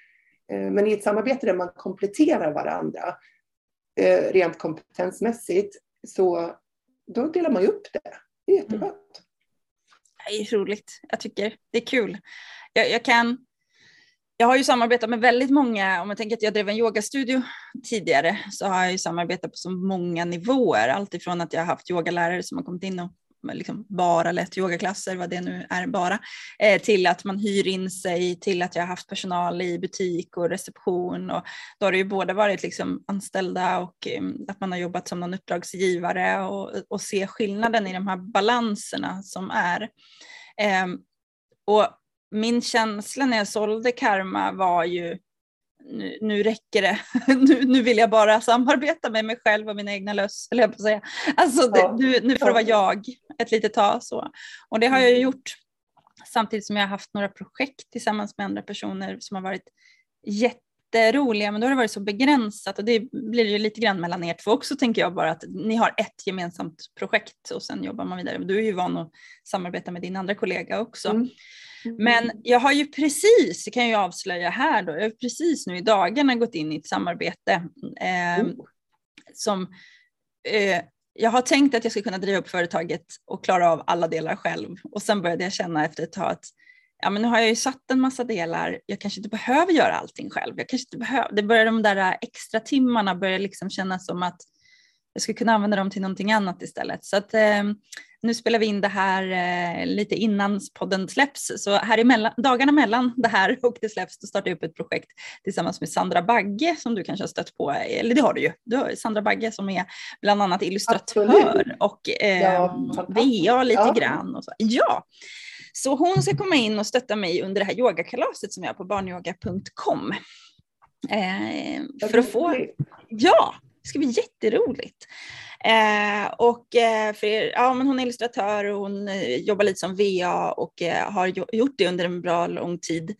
Men i ett samarbete där man kompletterar varandra eh, rent kompetensmässigt så då delar man ju upp det. Det är jättebra. Mm. Det är roligt. Jag tycker det är kul. Jag, jag kan jag har ju samarbetat med väldigt många, om jag tänker att jag drev en yogastudio tidigare så har jag ju samarbetat på så många nivåer. Allt ifrån att jag har haft yogalärare som har kommit in och liksom bara lett yogaklasser, vad det nu är bara, eh, till att man hyr in sig, till att jag har haft personal i butik och reception och då har det ju både varit liksom anställda och eh, att man har jobbat som någon uppdragsgivare och, och se skillnaden i de här balanserna som är. Eh, och min känsla när jag sålde Karma var ju nu, nu räcker det. nu, nu vill jag bara samarbeta med mig själv och mina egna löss, eller jag på att säga. Alltså det, Ja. nu, nu får det vara jag ett litet tag så. Och det har jag ju gjort samtidigt som jag har haft några projekt tillsammans med andra personer som har varit jätteroliga, men då har det varit så begränsat och det blir ju lite grann mellan er två också, tänker jag, bara att ni har ett gemensamt projekt och sen jobbar man vidare. Du är ju van att samarbeta med din andra kollega också. Mm. Mm. Men jag har ju precis, det kan jag avslöja här då, jag har precis nu i dagarna gått in i ett samarbete eh, oh. som eh, jag har tänkt att jag ska kunna driva upp företaget och klara av alla delar själv. Och sen började jag känna efter ett tag att ja, men nu har jag ju satt en massa delar. Jag kanske inte behöver göra allting själv. Jag kanske inte behöver. Det börjar de där extra timmarna börjar liksom kännas som att jag skulle kunna använda dem till någonting annat istället. Så att eh, nu spelar vi in det här eh, lite innan podden släpps. Så här emellan, dagarna mellan det här och det släpps, då startar jag upp ett projekt tillsammans med Sandra Bagge som du kanske har stött på. Eller det har du ju. Du har Sandra Bagge som är bland annat illustratör. Absolut. Och eh, ja, V A lite ja. grann. Och så. Ja. Så hon ska komma in och stötta mig under det här yogakalaset som jag har på barnyoga punkt com. Eh, för att få... Ja, det ska bli jätteroligt. Eh, och eh, för er, ja, men hon är illustratör och hon eh, jobbar lite som V A och eh, har gjort det under en bra lång tid.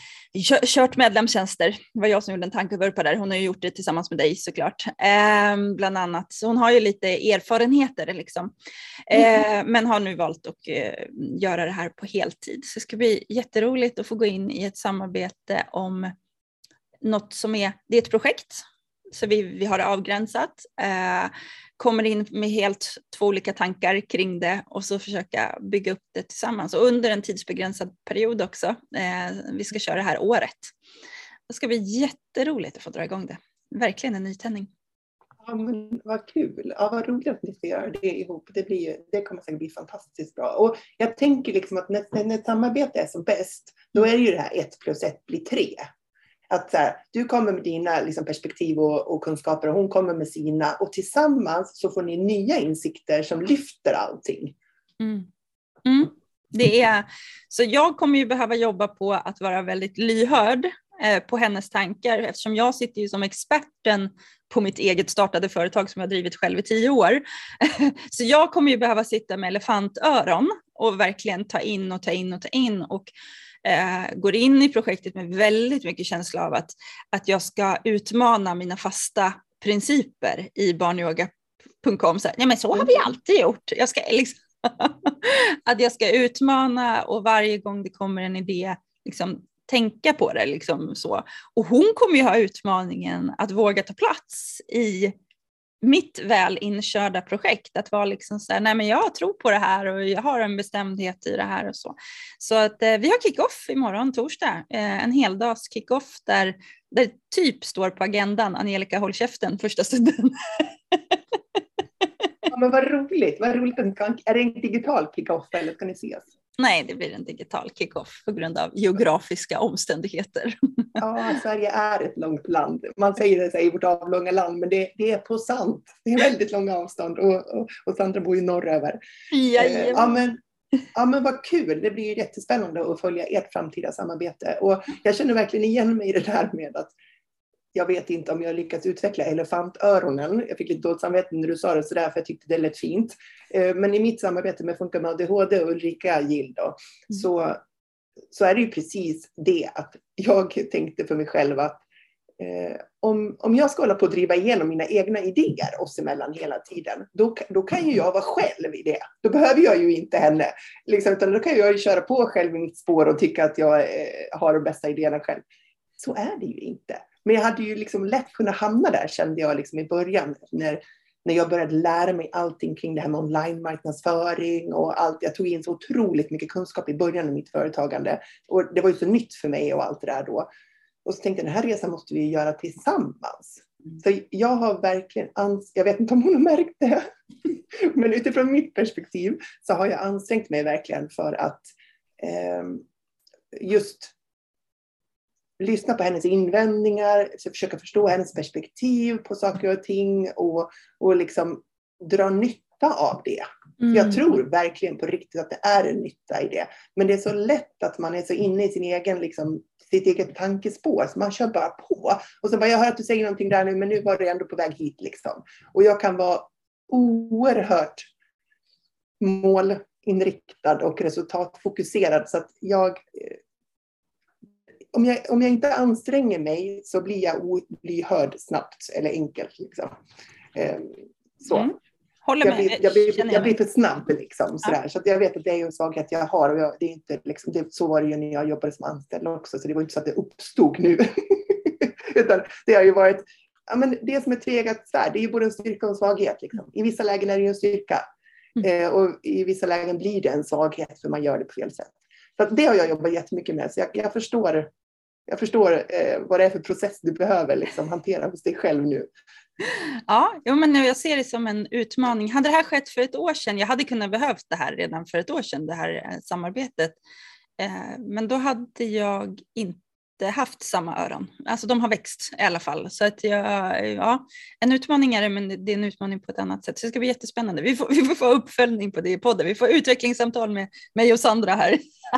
Kört medlemstjänster, det var jag som gjorde en tankevurpa där. Hon har ju gjort det tillsammans med dig såklart, eh, bland annat. Så hon har ju lite erfarenheter liksom. Eh, mm. Men har nu valt att eh, göra det här på heltid. Så det ska bli jätteroligt att få gå in i ett samarbete om något som är, det är ett projekt. Så vi, vi har det avgränsat. Eh, kommer in med helt två olika tankar kring det och så försöka bygga upp det tillsammans. Och under en tidsbegränsad period också. Eh, vi ska köra det här året. Det ska bli jätteroligt att få dra igång det. Verkligen en nytändning. Ja, men vad kul. Ja, vad roligt att ni ska göra det ihop. Det, blir ju, det kommer säkert bli fantastiskt bra. Och jag tänker liksom att när, när ett samarbete är som bäst, då är det ju det här ett plus ett blir tre. Att så här, du kommer med dina liksom, perspektiv och, och kunskaper och hon kommer med sina. Och tillsammans så får ni nya insikter som lyfter allting. Mm. Mm. Det är, så jag kommer ju behöva jobba på att vara väldigt lyhörd eh, på hennes tankar. Eftersom jag sitter ju som experten på mitt eget startade företag som jag har drivit själv i tio år. Så jag kommer ju behöva sitta med elefantöron och verkligen ta in och ta in och ta in och Eh, går in i projektet med väldigt mycket känsla av att, att jag ska utmana mina fasta principer i barnyoga punkt com. Så, ja, men så har vi alltid gjort. Jag ska, liksom, att jag ska utmana och varje gång det kommer en idé liksom, tänka på det. Liksom, så. Och hon kommer ju ha utmaningen att våga ta plats i mitt väl inkörda projekt, att vara liksom så här, nej men jag tror på det här och jag har en bestämdhet i det här och så. Så att eh, vi har kick-off imorgon torsdag, eh, en heldags kick-off där, där typ står på agendan, Angelica håll käften första stunden. Ja, men vad roligt, vad roligt. Är det en digital kick-off eller ska ni ses? Nej, det blir en digital kick-off på grund av geografiska omständigheter. Ja, Sverige är ett långt land. Man säger det i vårt avlånga land, men det, det är på sant. Det är väldigt långa avstånd och, och, och Sandra bor ju norröver. Eh, ja, men, ja, men vad kul. Det blir ju jättespännande att följa ert framtida samarbete. Och jag känner verkligen igen mig i det där med att jag vet inte om jag lyckats utveckla elefantöronen. Jag fick lite dåligt samvete när du sa det sådär för jag tyckte det lät fint. Men i mitt samarbete med Funka med A D H D och Ulrika Gill då, mm. så, så är det ju precis det att jag tänkte för mig själv att eh, om, om jag ska hålla på att driva igenom mina egna idéer oss emellan hela tiden, då, då kan ju jag vara själv i det. Då behöver jag ju inte henne. Liksom, utan då kan jag ju köra på själv i mitt spår och tycka att jag eh, har de bästa idéerna själv. Så är det ju inte. Men jag hade ju liksom lätt kunnat hamna där, kände jag liksom i början. När, när jag började lära mig allting kring det här med online-marknadsföring och allt. Jag tog in så otroligt mycket kunskap i början av mitt företagande. Och det var ju så nytt för mig och allt det där då. Och så tänkte jag, den här resan måste vi göra tillsammans. Mm. Så jag har verkligen, ans- jag vet inte om hon har märkt det. Men utifrån mitt perspektiv så har jag ansträngt mig verkligen för att eh, just lyssna på hennes invändningar, försöka förstå hennes perspektiv på saker och ting och, och liksom dra nytta av det. Mm. Jag tror verkligen på riktigt att det är en nytta i det. Men det är så lätt att man är så inne i sin egen, liksom, sitt eget tankespår. Så man kör bara på. Och så bara, jag hör att du säger någonting där nu, men nu var det ändå på väg hit liksom. Och jag kan vara oerhört målinriktad och resultatfokuserad. Så att jag, om jag, om jag inte anstränger mig så blir jag olyhörd snabbt eller enkelt liksom. Så. Mm. Håller jag, med. blir, jag, blir, jag, jag blir för snabb liksom. Sådär. Ja. Så att jag vet att det är en svaghet jag har. Och jag, det är inte, liksom, det, så var det ju när jag jobbade som anställd också. Så det var inte så att det uppstod nu. Utan det har ju varit, ja, men det som är tvegat svärd, det är ju både en styrka och en svaghet. Liksom. I vissa lägen är det ju en styrka. Mm. Eh, och i vissa lägen blir det en svaghet för man gör det på fel sätt. Så att det har jag jobbat jättemycket med. Så jag, jag förstår, jag förstår eh, vad det är för process du behöver liksom, hantera hos dig själv nu. Ja, jo, men nu jag ser det som en utmaning. Hade det här skett för ett år sedan, jag hade kunnat behövt det här redan för ett år sedan, det här eh, samarbetet. Eh, men då hade jag inte haft samma öron. Alltså de har växt i alla fall. Så att jag, ja, en utmaning är det, men det är en utmaning på ett annat sätt. Så det ska bli jättespännande. Vi får, vi får få uppföljning på det i podden. Vi får utvecklingssamtal med mig och Sandra här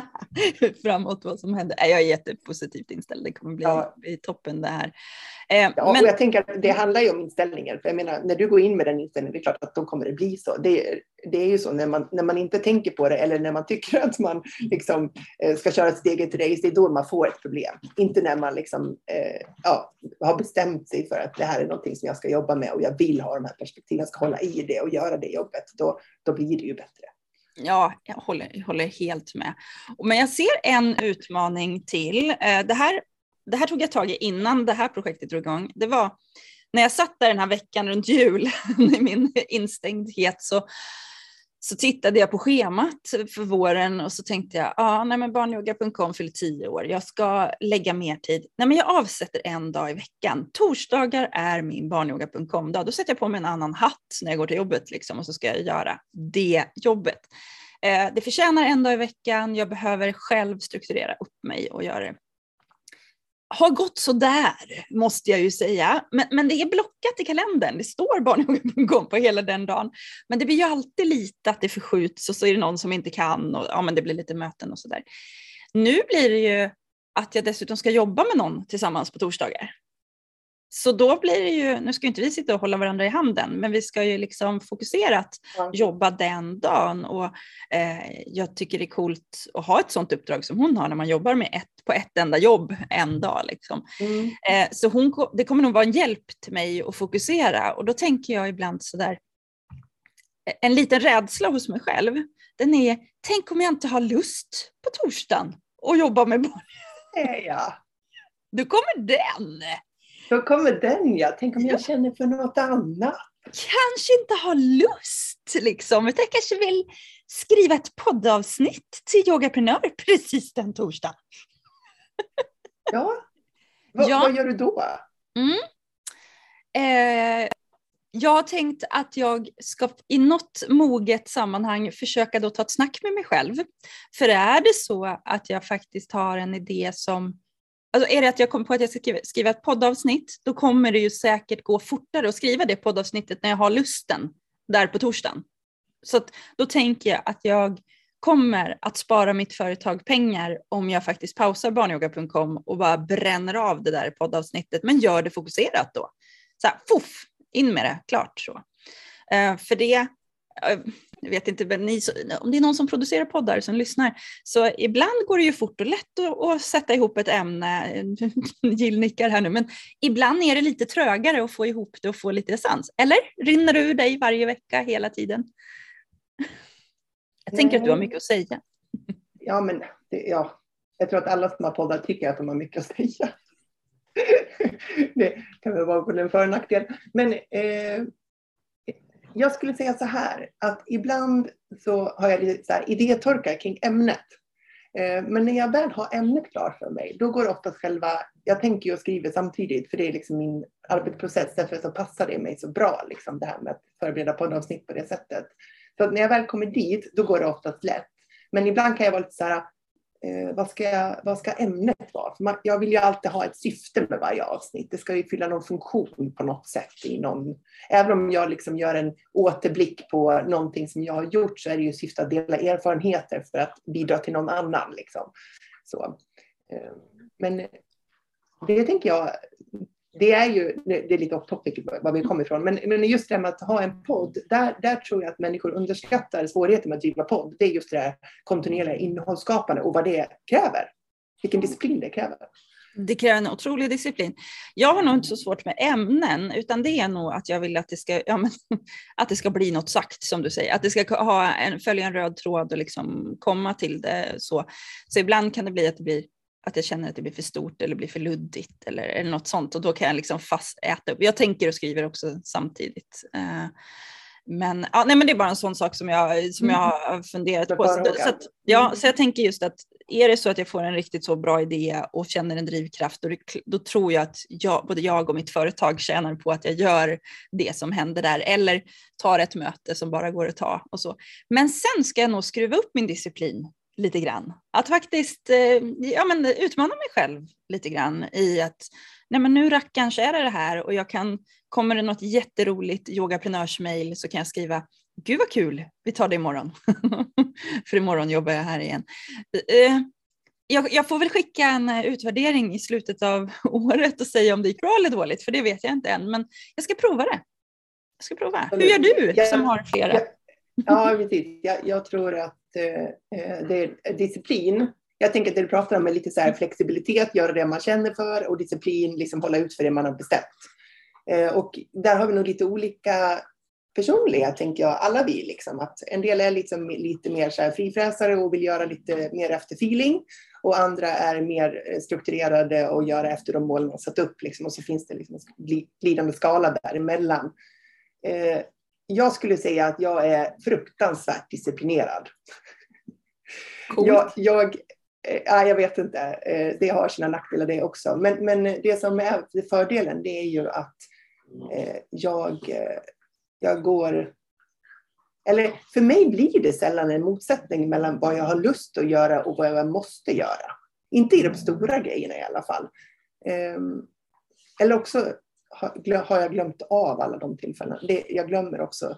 framåt vad som händer. Jag är jättepositivt inställd. Det kommer bli, ja. bli toppen det här. Eh, ja, men... och jag tänker att det handlar ju om inställningen. För jag menar, när du går in med den inställningen, det är klart att då kommer det bli så. Det, det är ju så när man, när man inte tänker på det eller när man tycker att man liksom, eh, ska köra ett eget race, det är då man får ett problem. Inte när man liksom, eh, ja, har bestämt sig för att det här är någonting som jag ska jobba med och jag vill ha de här perspektiven, jag ska hålla i det och göra det jobbet. Då, då blir det ju bättre. Ja, jag håller, jag håller helt med. Men jag ser en utmaning till. Det här, det här tog jag tag i innan det här projektet drog igång. Det var när jag satt där den här veckan runt jul i min instängdhet så, så tittade jag på schemat för våren och så tänkte jag, ah, nej men barnyoga punkt com fyller tio år. Jag ska lägga mer tid. Nej men jag avsätter en dag i veckan. Torsdagar är min barnyoga punkt com-dag. Då sätter jag på mig en annan hatt när jag går till jobbet liksom, och så ska jag göra det jobbet. Eh, det förtjänar en dag i veckan. Jag behöver själv strukturera upp mig och göra det. Har gått så där måste jag ju säga. Men, men det är blockat i kalendern. Det står barnyoga punkt com på hela den dagen. Men det blir ju alltid lite att det förskjuts och så är det någon som inte kan. Och ja, men det blir lite möten och sådär. Nu blir det ju att jag dessutom ska jobba med någon tillsammans på torsdagar. Så då blir det ju, nu ska inte vi sitta och hålla varandra i handen, men vi ska ju liksom fokuserat jobba den dagen. Och eh, jag tycker det är coolt att ha ett sånt uppdrag som hon har när man jobbar med ett, på ett enda jobb en dag. Liksom. Mm. Eh, så hon, det kommer nog vara en hjälp till mig att fokusera. Och då tänker jag ibland sådär, en liten rädsla hos mig själv. Den är, tänk om jag inte har lust på torsdagen och jobba med barn. Ja. Då kommer den. Då kommer den, ja. Tänk om jag känner för något annat. Kanske inte har lust, liksom. Utan jag kanske vill skriva ett poddavsnitt till Yogaprenör precis den torsdagen. Ja. V- ja. Vad gör du då? Mm. Eh, jag har tänkt att jag ska i något moget sammanhang försöka då ta ett snack med mig själv. För är det så att jag faktiskt har en idé som... Alltså är det att jag kommer på att jag ska skriva, skriva ett poddavsnitt, då kommer det ju säkert gå fortare att skriva det poddavsnittet när jag har lusten där på torsdagen. Så att då tänker jag att jag kommer att spara mitt företag pengar om jag faktiskt pausar barnyoga punkt com och bara bränner av det där poddavsnittet, men gör det fokuserat då. Så här, fuff, in med det, klart så. Uh, för det... Uh, Jag vet inte, men ni, om det är någon som producerar poddar som lyssnar, så ibland går det ju fort och lätt att, att sätta ihop ett ämne. Jill nickar här nu, men ibland är det lite trögare att få ihop det och få lite essens. Eller rinner du ur dig varje vecka hela tiden? Jag tänker Nej. att du har mycket att säga. Ja, men det, ja. Jag tror att alla som har poddar tycker att de har mycket att säga. Det kan väl vara på en för- och nackdel. Men eh, jag skulle säga så här, att ibland så har jag lite så här idétorka kring ämnet. Eh, men när jag väl har ämnet klart för mig, då går oftast själva, jag tänker ju och skriver samtidigt, för det är liksom min arbetsprocess, därför så passar det mig så bra, liksom det här med att förbereda poddavsnitt på det sättet. Så att när jag väl kommer dit, då går det oftast lätt. Men ibland kan jag vara lite så här, eh, vad, ska jag, vad ska ämnet vara? För man, jag vill ju alltid ha ett syfte med varje avsnitt. Det ska ju fylla någon funktion på något sätt. I någon, även om jag liksom gör en återblick på någonting som jag har gjort, så är det ju syfte att dela erfarenheter för att bidra till någon annan. Liksom. Så, eh, men det tänker jag, det är ju, det är lite off topic var vi kommer ifrån, men, men just det med att ha en podd, där, där tror jag att människor underskattar svårigheten med att driva podd. Det är just det här kontinuerliga innehållsskapande och vad det kräver. Vilken disciplin det kräver. Det kräver en otrolig disciplin. Jag har nog inte så svårt med ämnen, utan det är nog att jag vill att det ska, ja, men, att det ska bli något sagt, som du säger. Att det ska ha en, följa en röd tråd och liksom komma till det. Så, så ibland kan det bli att det blir att jag känner att det blir för stort eller blir för luddigt eller, eller något sånt. Och då kan jag liksom fast äta upp. Jag tänker och skriver också samtidigt. Uh, men, ja, nej, men det är bara en sån sak som jag, som jag har funderat på. Så, så, att, ja, så jag tänker just att är det så att jag får en riktigt så bra idé och känner en drivkraft, då, då tror jag att jag, både jag och mitt företag tjänar på att jag gör det som händer där. Eller tar ett möte som bara går att ta och så. Men sen ska jag nog skruva upp min disciplin lite grann. Att faktiskt ja, men utmana mig själv lite grann i att nej, men nu rackarns är det det här och jag kan, kommer det något jätteroligt yogaprenörsmail så kan jag skriva gud vad kul, vi tar det imorgon. För imorgon jobbar jag här igen. Jag, jag får väl skicka en utvärdering i slutet av året och säga om det gick bra eller dåligt, för det vet jag inte än, men jag ska prova det. Jag ska prova. Hur gör du jag, som har flera? Jag, ja, precis. Jag, jag tror att eh, det är disciplin. Jag tänker att det du pratar om är lite så här flexibilitet, göra det man känner för, och disciplin, liksom hålla ut för det man har bestämt. Eh, och där har vi nog lite olika personlighet, tänker jag, alla vi. Liksom. Att en del är liksom lite mer så här frifräsare och vill göra lite mer efter feeling. Och andra är mer strukturerade och göra efter de mål man satt upp. Liksom. Och så finns det liksom en glidande skala däremellan. Eh, jag skulle säga att jag är fruktansvärt disciplinerad. Cool. jag, jag, äh, jag vet inte, eh, det har sina nackdelar det också. Men, men det som är fördelen, det är ju att eh, jag, eh, jag går... Eller för mig blir det sällan en motsättning mellan vad jag har lust att göra och vad jag måste göra. Inte i de stora grejerna i alla fall. Eh, eller också har jag glömt av alla de tillfällena. Det, jag glömmer också.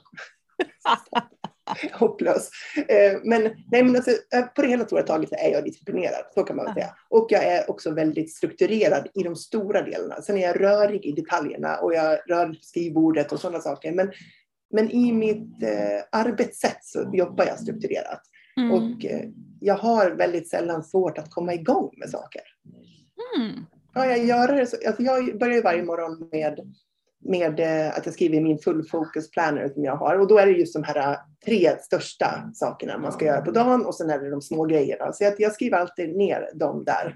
Hopplös. Men, nej, men alltså, på det hela stora taget är jag disciplinerad. Så kan man väl säga. Och jag är också väldigt strukturerad i de stora delarna. Sen är jag rörig i detaljerna. Och jag rör skrivbordet och sådana saker. Men, men i mitt eh, arbetssätt så jobbar jag strukturerat. Mm. Och eh, jag har väldigt sällan svårt att komma igång med saker. Mm. Ja, jag, gör det så, alltså jag börjar varje morgon med, med att jag skriver min full focus planner som jag har. Och då är det just de här tre största sakerna man ska göra på dagen. Och sen är det de små grejerna. Så jag, jag skriver alltid ner dem där.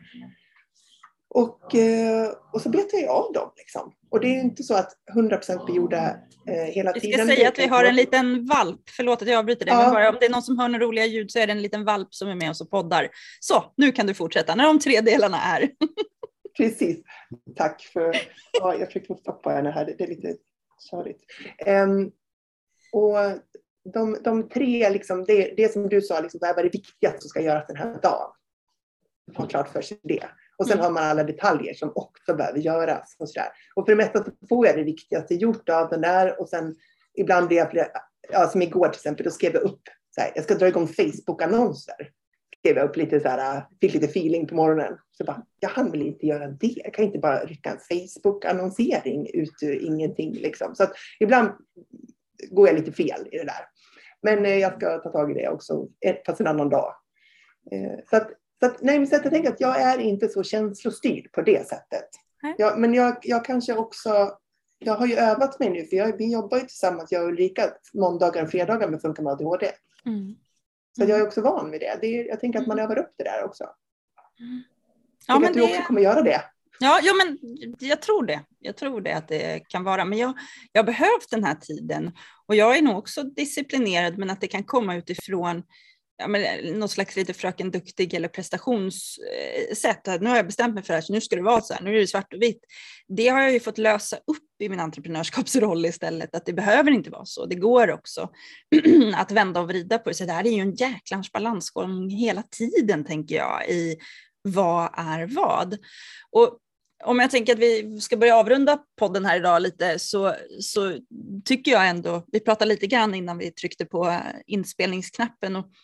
Och, och så betar jag av dem. Liksom. Och det är inte så att hundra procent blir gjorda eh, hela tiden. Vi ska säga att vi har en liten valp. Förlåt att jag avbryter dig. Ja. Men bara, om det är någon som hör några roliga ljud så är det en liten valp som är med oss och poddar. Så, nu kan du fortsätta när de tre delarna är. Precis, tack för... Ja, jag försökte stoppa henne här, det är lite körigt. Um, och de, de tre, liksom, det, det som du sa, liksom, vad är det viktigaste som ska göras den här dagen? Ha klart för sig det. Och sen mm. har man alla detaljer som också behöver göras. Och, sådär. Och för det mesta så får jag det viktigaste gjort av den där. Och sen ibland blir jag, ja, som igår till exempel, då skrev jag upp, så här, jag ska dra igång Facebook-annonser. Skrev jag upp lite så här, fick lite feeling på morgonen. Så bara, jag hann väl inte göra det. Jag kan inte bara rycka en Facebook-annonsering ut ur ingenting liksom. Så att ibland går jag lite fel i det där. Men eh, jag ska ta tag i det också, fast en annan dag. Eh, så att, så att, nej, men så att jag tänker att jag är inte så känslostyrd på det sättet. Mm. Jag, men jag, jag kanske också, jag har ju övat mig nu, för jag, vi jobbar ju tillsammans, jag och Ulrika, måndagar och fredagar med Funka med A D H D. Mm. Så jag är också van vid det. det är, jag tänker att man övar upp det där också. Mm. Ja, men att du det... också kommer göra det. Ja, ja, men jag tror det. Jag tror det att det kan vara. Men jag, jag har behövt den här tiden. Och jag är nog också disciplinerad, men att det kan komma utifrån ja, men, något slags lite fröken duktig eller prestationssätt. Nu har jag bestämt mig för det här, så nu ska det vara så här. Nu är det svart och vitt. Det har jag ju fått lösa upp i min entreprenörskapsroll istället. Att det behöver inte vara så. Det går också att vända och vrida på det. Så det här är ju en jäklans balansgång hela tiden, tänker jag, i vad är vad. Och om jag tänker att vi ska börja avrunda podden här idag lite, så, så tycker jag ändå, vi pratade lite grann innan vi tryckte på inspelningsknappen, och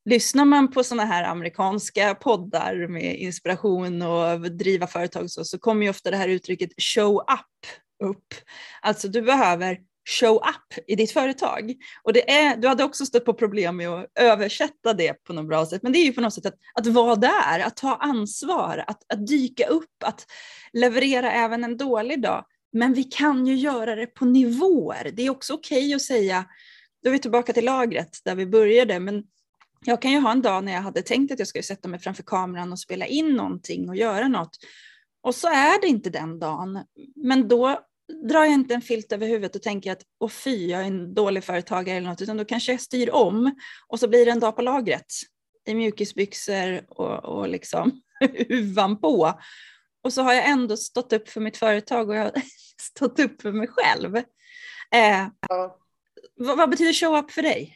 lyssnar man på såna här amerikanska poddar med inspiration och driva företag så, så kommer ju ofta det här uttrycket show up upp. Alltså du behöver show up i ditt företag. Och det är, du hade också stött på problem med att översätta det på något bra sätt. Men det är ju på något sätt att, att vara där, att ta ansvar, att, att dyka upp, att leverera även en dålig dag. Men vi kan ju göra det på nivåer. Det är också okej att säga, då är vi tillbaka till lagret där vi började, men jag kan ju ha en dag när jag hade tänkt att jag skulle sätta mig framför kameran och spela in någonting och göra något. Och så är det inte den dagen. Men då drar jag inte en filt över huvudet och tänker att åh fy, jag är en dålig företagare eller något. Utan då kanske jag styr om och så blir det en dag på lagret. I mjukisbyxor och, och liksom huvan på. Och så har jag ändå stått upp för mitt företag och jag har stått upp för mig själv. Eh, ja. vad, vad betyder show up för dig?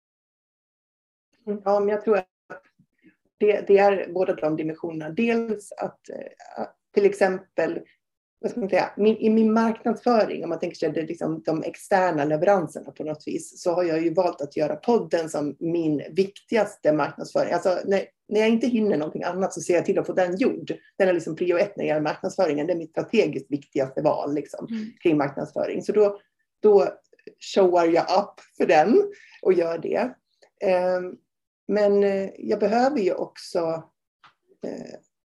Ja, men jag tror att det, det är båda de dimensionerna. Dels att, att till exempel, vad ska man säga, min, i min marknadsföring, om man tänker sig det, liksom, de externa leveranserna på något vis, så har jag ju valt att göra podden som min viktigaste marknadsföring. Alltså när, när jag inte hinner någonting annat så ser jag till att få den gjord. Den är liksom prio ett när det gäller marknadsföringen. Det är mitt strategiskt viktigaste val liksom, mm. kring marknadsföring. Så då, då showar jag upp för den och gör det. Um, Men jag behöver ju också eh,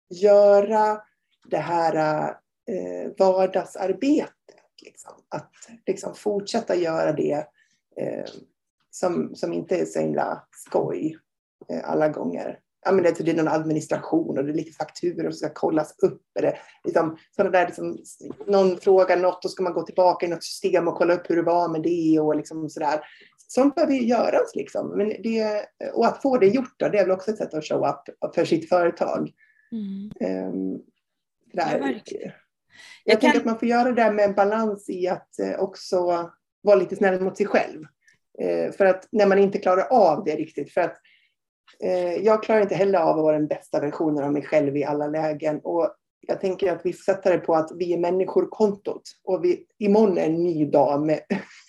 göra det här eh, vardagsarbetet. Liksom. Att liksom fortsätta göra det eh, som, som inte är så himla skoj eh, alla gånger. Ja, men det är någon administration och det är lite fakturor som ska kollas upp. Eller liksom, sådana där, liksom, någon frågar något och ska man gå tillbaka i något system och kolla upp hur det var med det och liksom sådär. Sånt behöver göras liksom. Men det, och att få det gjort då, det är väl också ett sätt att show up för sitt företag. Mm. Um, där. Ja, jag, jag tänker kan... att man får göra det där med en balans i att uh, också vara lite snäll mot sig själv. Uh, för att när man inte klarar av det riktigt. För att uh, jag klarar inte heller av att vara den bästa versionen av mig själv i alla lägen. Och jag tänker att vi sätter det på att vi är människor-kontot. Och vi, imorgon är en ny dag med...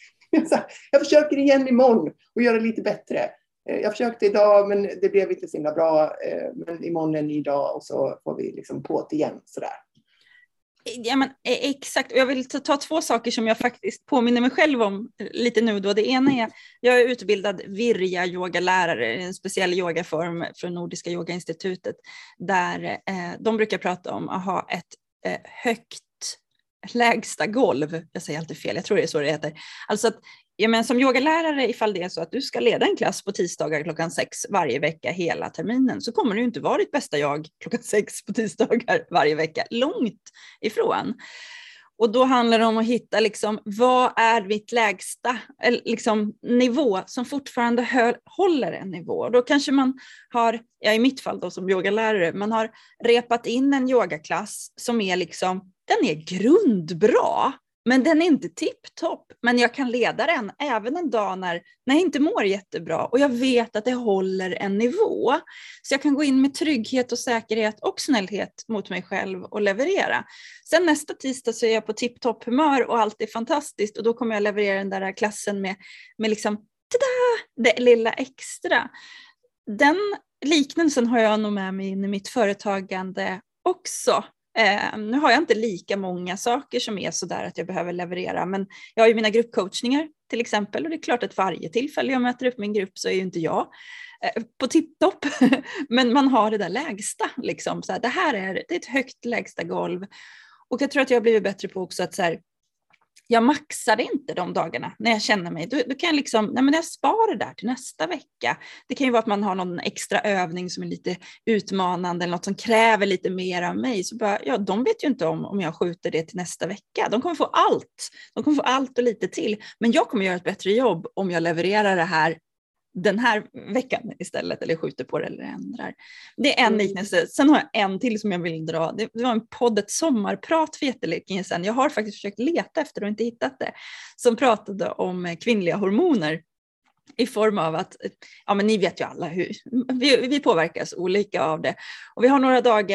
Jag försöker igen imorgon och göra det lite bättre. Jag försökte idag men det blev inte så himla bra. Men imorgon är en ny dag och så får vi liksom på det igen. Sådär. Ja, men, exakt. Jag vill ta, ta två saker som jag faktiskt påminner mig själv om lite nu. Då. Det ena är, jag är utbildad virya yogalärare, en speciell yogaform från Nordiska yogainstitutet. Där eh, de brukar prata om att ha ett eh, högt lägsta golv. Jag säger alltid fel, jag tror det är så det heter. Alltså att, ja, men som yogalärare, ifall det är så att du ska leda en klass på tisdagar klockan sex varje vecka hela terminen, så kommer du inte vara ditt bästa jag klockan sex på tisdagar varje vecka. Långt ifrån. Och då handlar det om att hitta liksom, vad är mitt lägsta liksom, nivå som fortfarande hö- håller en nivå. Då kanske man har, ja, i mitt fall då som yogalärare, man har repat in en yogaklass som är liksom, den är grundbra, men den är inte tipptopp. Men jag kan leda den även en dag när, när jag inte mår jättebra. Och jag vet att det håller en nivå. Så jag kan gå in med trygghet och säkerhet och snällhet mot mig själv och leverera. Sen nästa tisdag så är jag på tipptopp humör och allt är fantastiskt. Och då kommer jag leverera den där klassen med, med liksom, tada, det lilla extra. Den liknelsen har jag nog med mig in i mitt företagande också. Eh, nu har jag inte lika många saker som är så där att jag behöver leverera, men jag har ju mina gruppcoachningar till exempel, och det är klart att varje tillfälle jag möter upp min grupp så är ju inte jag eh, på tipptopp, men man har det där lägsta liksom, så här, det här är, det är ett högt lägsta golv, och jag tror att jag har blivit bättre på också att så här, jag maxar inte de dagarna när jag känner mig. Då, då kan jag liksom, nej men jag sparar det där till nästa vecka. Det kan ju vara att man har någon extra övning som är lite utmanande eller något som kräver lite mer av mig. Så bara, ja, de vet ju inte om om jag skjuter det till nästa vecka. De kommer få allt. De kommer få allt och lite till. Men jag kommer göra ett bättre jobb om jag levererar det här den här veckan istället, eller skjuter på det eller ändrar. Det är en liknelse. Sen har jag en till som jag vill dra. Det var en podd, ett sommarprat för jättelänge sedan. Jag har faktiskt försökt leta efter och inte hittat det. Som pratade om kvinnliga hormoner. I form av att, ja men ni vet ju alla hur, vi, vi påverkas olika av det. Och vi har några dagar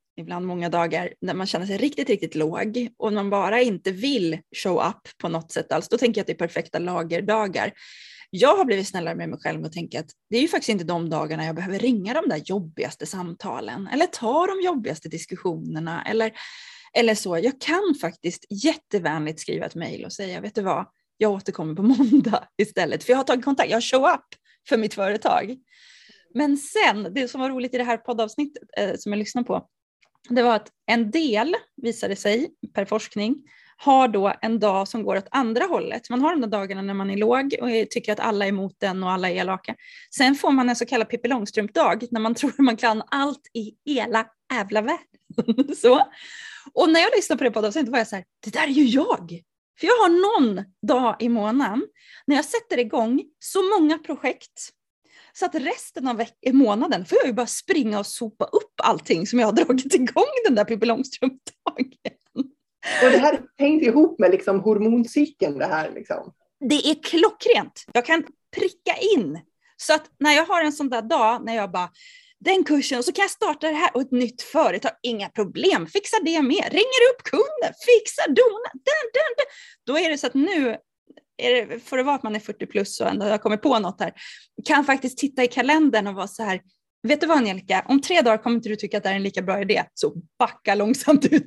ibland många dagar när man känner sig riktigt, riktigt låg och man bara inte vill show up på något sätt alls, då tänker jag att det är perfekta lagerdagar. Jag har blivit snällare med mig själv och tänker att det är ju faktiskt inte de dagarna jag behöver ringa de där jobbigaste samtalen eller ta de jobbigaste diskussionerna eller, eller så. Jag kan faktiskt jättevänligt skriva ett mejl och säga, vet du vad, jag återkommer på måndag istället. För jag har tagit kontakt, jag har show up för mitt företag. Men sen, det som var roligt i det här poddavsnittet eh, som jag lyssnade på, det var att en del, visade sig per forskning, har då en dag som går åt andra hållet. Man har de där dagarna när man är låg och tycker att alla är emot den och alla är elaka. Sen får man en så kallad Pippi Långstrump-dag när man tror att man kan allt i hela jävla världen. Så. Och när jag lyssnade på det poddavsnittet var jag så här, det där är ju jag. För jag har någon dag i månaden när jag sätter igång så många projekt så att resten av veck- månaden får jag ju bara springa och sopa upp allting som jag har dragit igång den där Pippi Långstrump-dagen. Och det här hänger ihop med liksom hormoncykeln det här liksom. Det är klockrent. Jag kan pricka in. Så att när jag har en sån där dag när jag bara, den kursen, och så kan jag starta det här och ett nytt företag, inga problem, fixa det med, ringer upp kunden, fixa donen, den, den, den. Då är det så att nu, är det, för det var att man är fyrtio plus och ändå jag kommer på något här, kan faktiskt titta i kalendern och vara så här, vet du vad Angelica, om tre dagar kommer inte du tycka att det är en lika bra idé, så backa långsamt ut.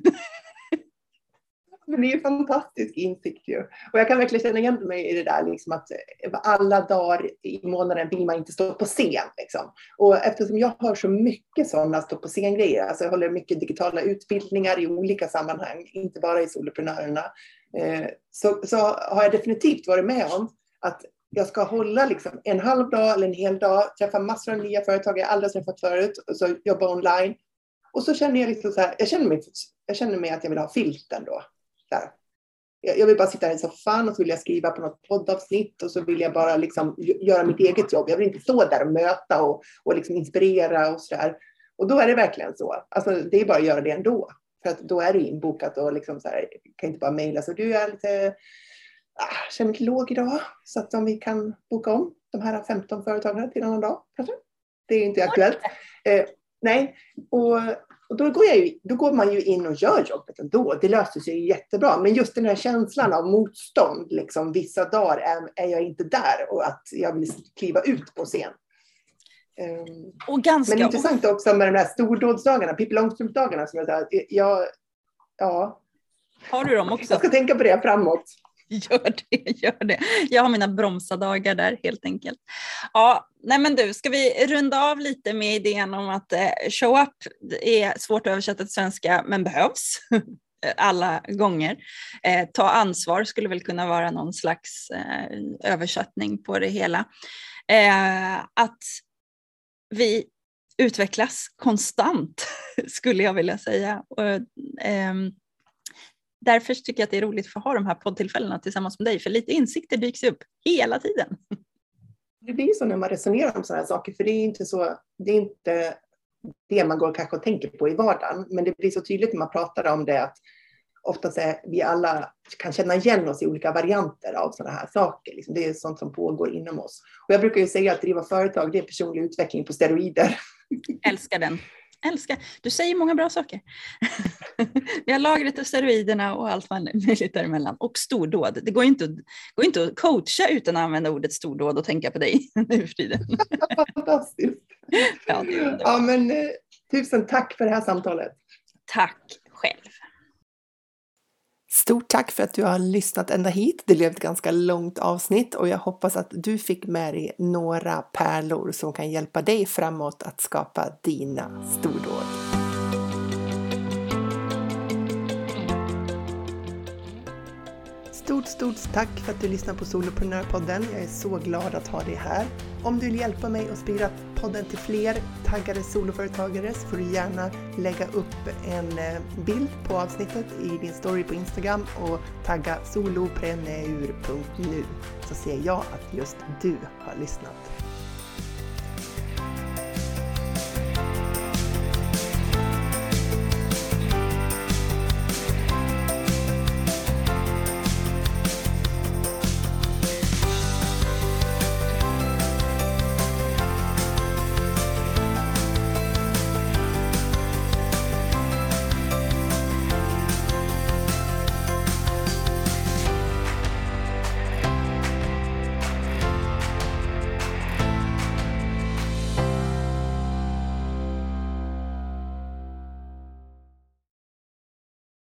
Men det är ju fantastisk insikt ju. Och jag kan verkligen känna igen mig i det där liksom att alla dagar i månaden vill man inte stå på scen liksom. Och eftersom jag har så mycket sådana stå på scen-grejer, alltså jag håller mycket digitala utbildningar i olika sammanhang, inte bara i Soloprenörerna, eh, så, så har jag definitivt varit med om att jag ska hålla liksom en halv dag eller en hel dag, träffa massor av nya företag jag aldrig träffat förut, och så jobba online. Och så känner jag liksom så här, jag känner mig, jag känner mig att jag vill ha filten då. Där. Jag vill bara sitta här i soffan och så vill jag skriva på något poddavsnitt och så vill jag bara liksom göra mitt eget jobb. Jag vill inte stå där och möta och, och liksom inspirera och sådär. Och då är det verkligen så. Alltså det är bara att göra det ändå. För att då är det inbokat och liksom så här, kan inte bara mejla. Så du är lite, ah, känner mig lite låg idag. Så att om vi kan boka om de här femton företagen till en annan dag. Kanske. Det är inte aktuellt. Eh, nej, och... Och då går, jag ju, då går man ju in och gör jobbet ändå. Det löser sig jättebra. Men just den här känslan av motstånd. Liksom, vissa dagar är, är jag inte där. Och att jag vill kliva ut på scen. Um, och ganska, men intressant också med de här stordådsdagarna. Pippi Långstrump-dagarna. Som jag sa. Jag, ja. Har du dem också? Jag ska tänka på det framåt. Gör det, gör det. Jag har mina bromsadagar där helt enkelt. Ja, nej men du, ska vi runda av lite med idén om att eh, show up är svårt att översätta till svenska men behövs alla gånger. Eh, ta ansvar skulle väl kunna vara någon slags eh, översättning på det hela. Eh, att vi utvecklas konstant skulle jag vilja säga. Och, eh, Därför tycker jag att det är roligt för att ha de här poddtillfällena tillsammans med dig. För lite insikter dyks upp hela tiden. Det blir så när man resonerar om sådana här saker. För det är inte så, det är inte det man går kanske och tänker på i vardagen. Men det blir så tydligt när man pratar om det att oftast är vi alla kan känna igen oss i olika varianter av sådana här saker. Liksom det är sånt som pågår inom oss. Och jag brukar ju säga att driva företag, det är personlig utveckling på steroider. Älskar den. Älskar. Du säger många bra saker. Vi har lagret av steroiderna och allt möjligt däremellan. Och stordåd. Det går inte, att, går inte att coacha utan att använda ordet stordåd och tänka på dig nu för tiden. Fantastiskt. Ja, det är ja, men eh, tusen tack för det här samtalet. Tack själv. Stort tack för att du har lyssnat ända hit. Det blev ett ganska långt avsnitt och jag hoppas att du fick med dig några pärlor som kan hjälpa dig framåt att skapa dina stordåd. Stort, stort tack för att du lyssnar på Soloprenörpodden. Jag är så glad att ha dig här. Om du vill hjälpa mig att sprida podden till fler taggade soloföretagare så får du gärna lägga upp en bild på avsnittet i din story på Instagram och tagga solopreneur punkt nu så ser jag att just du har lyssnat.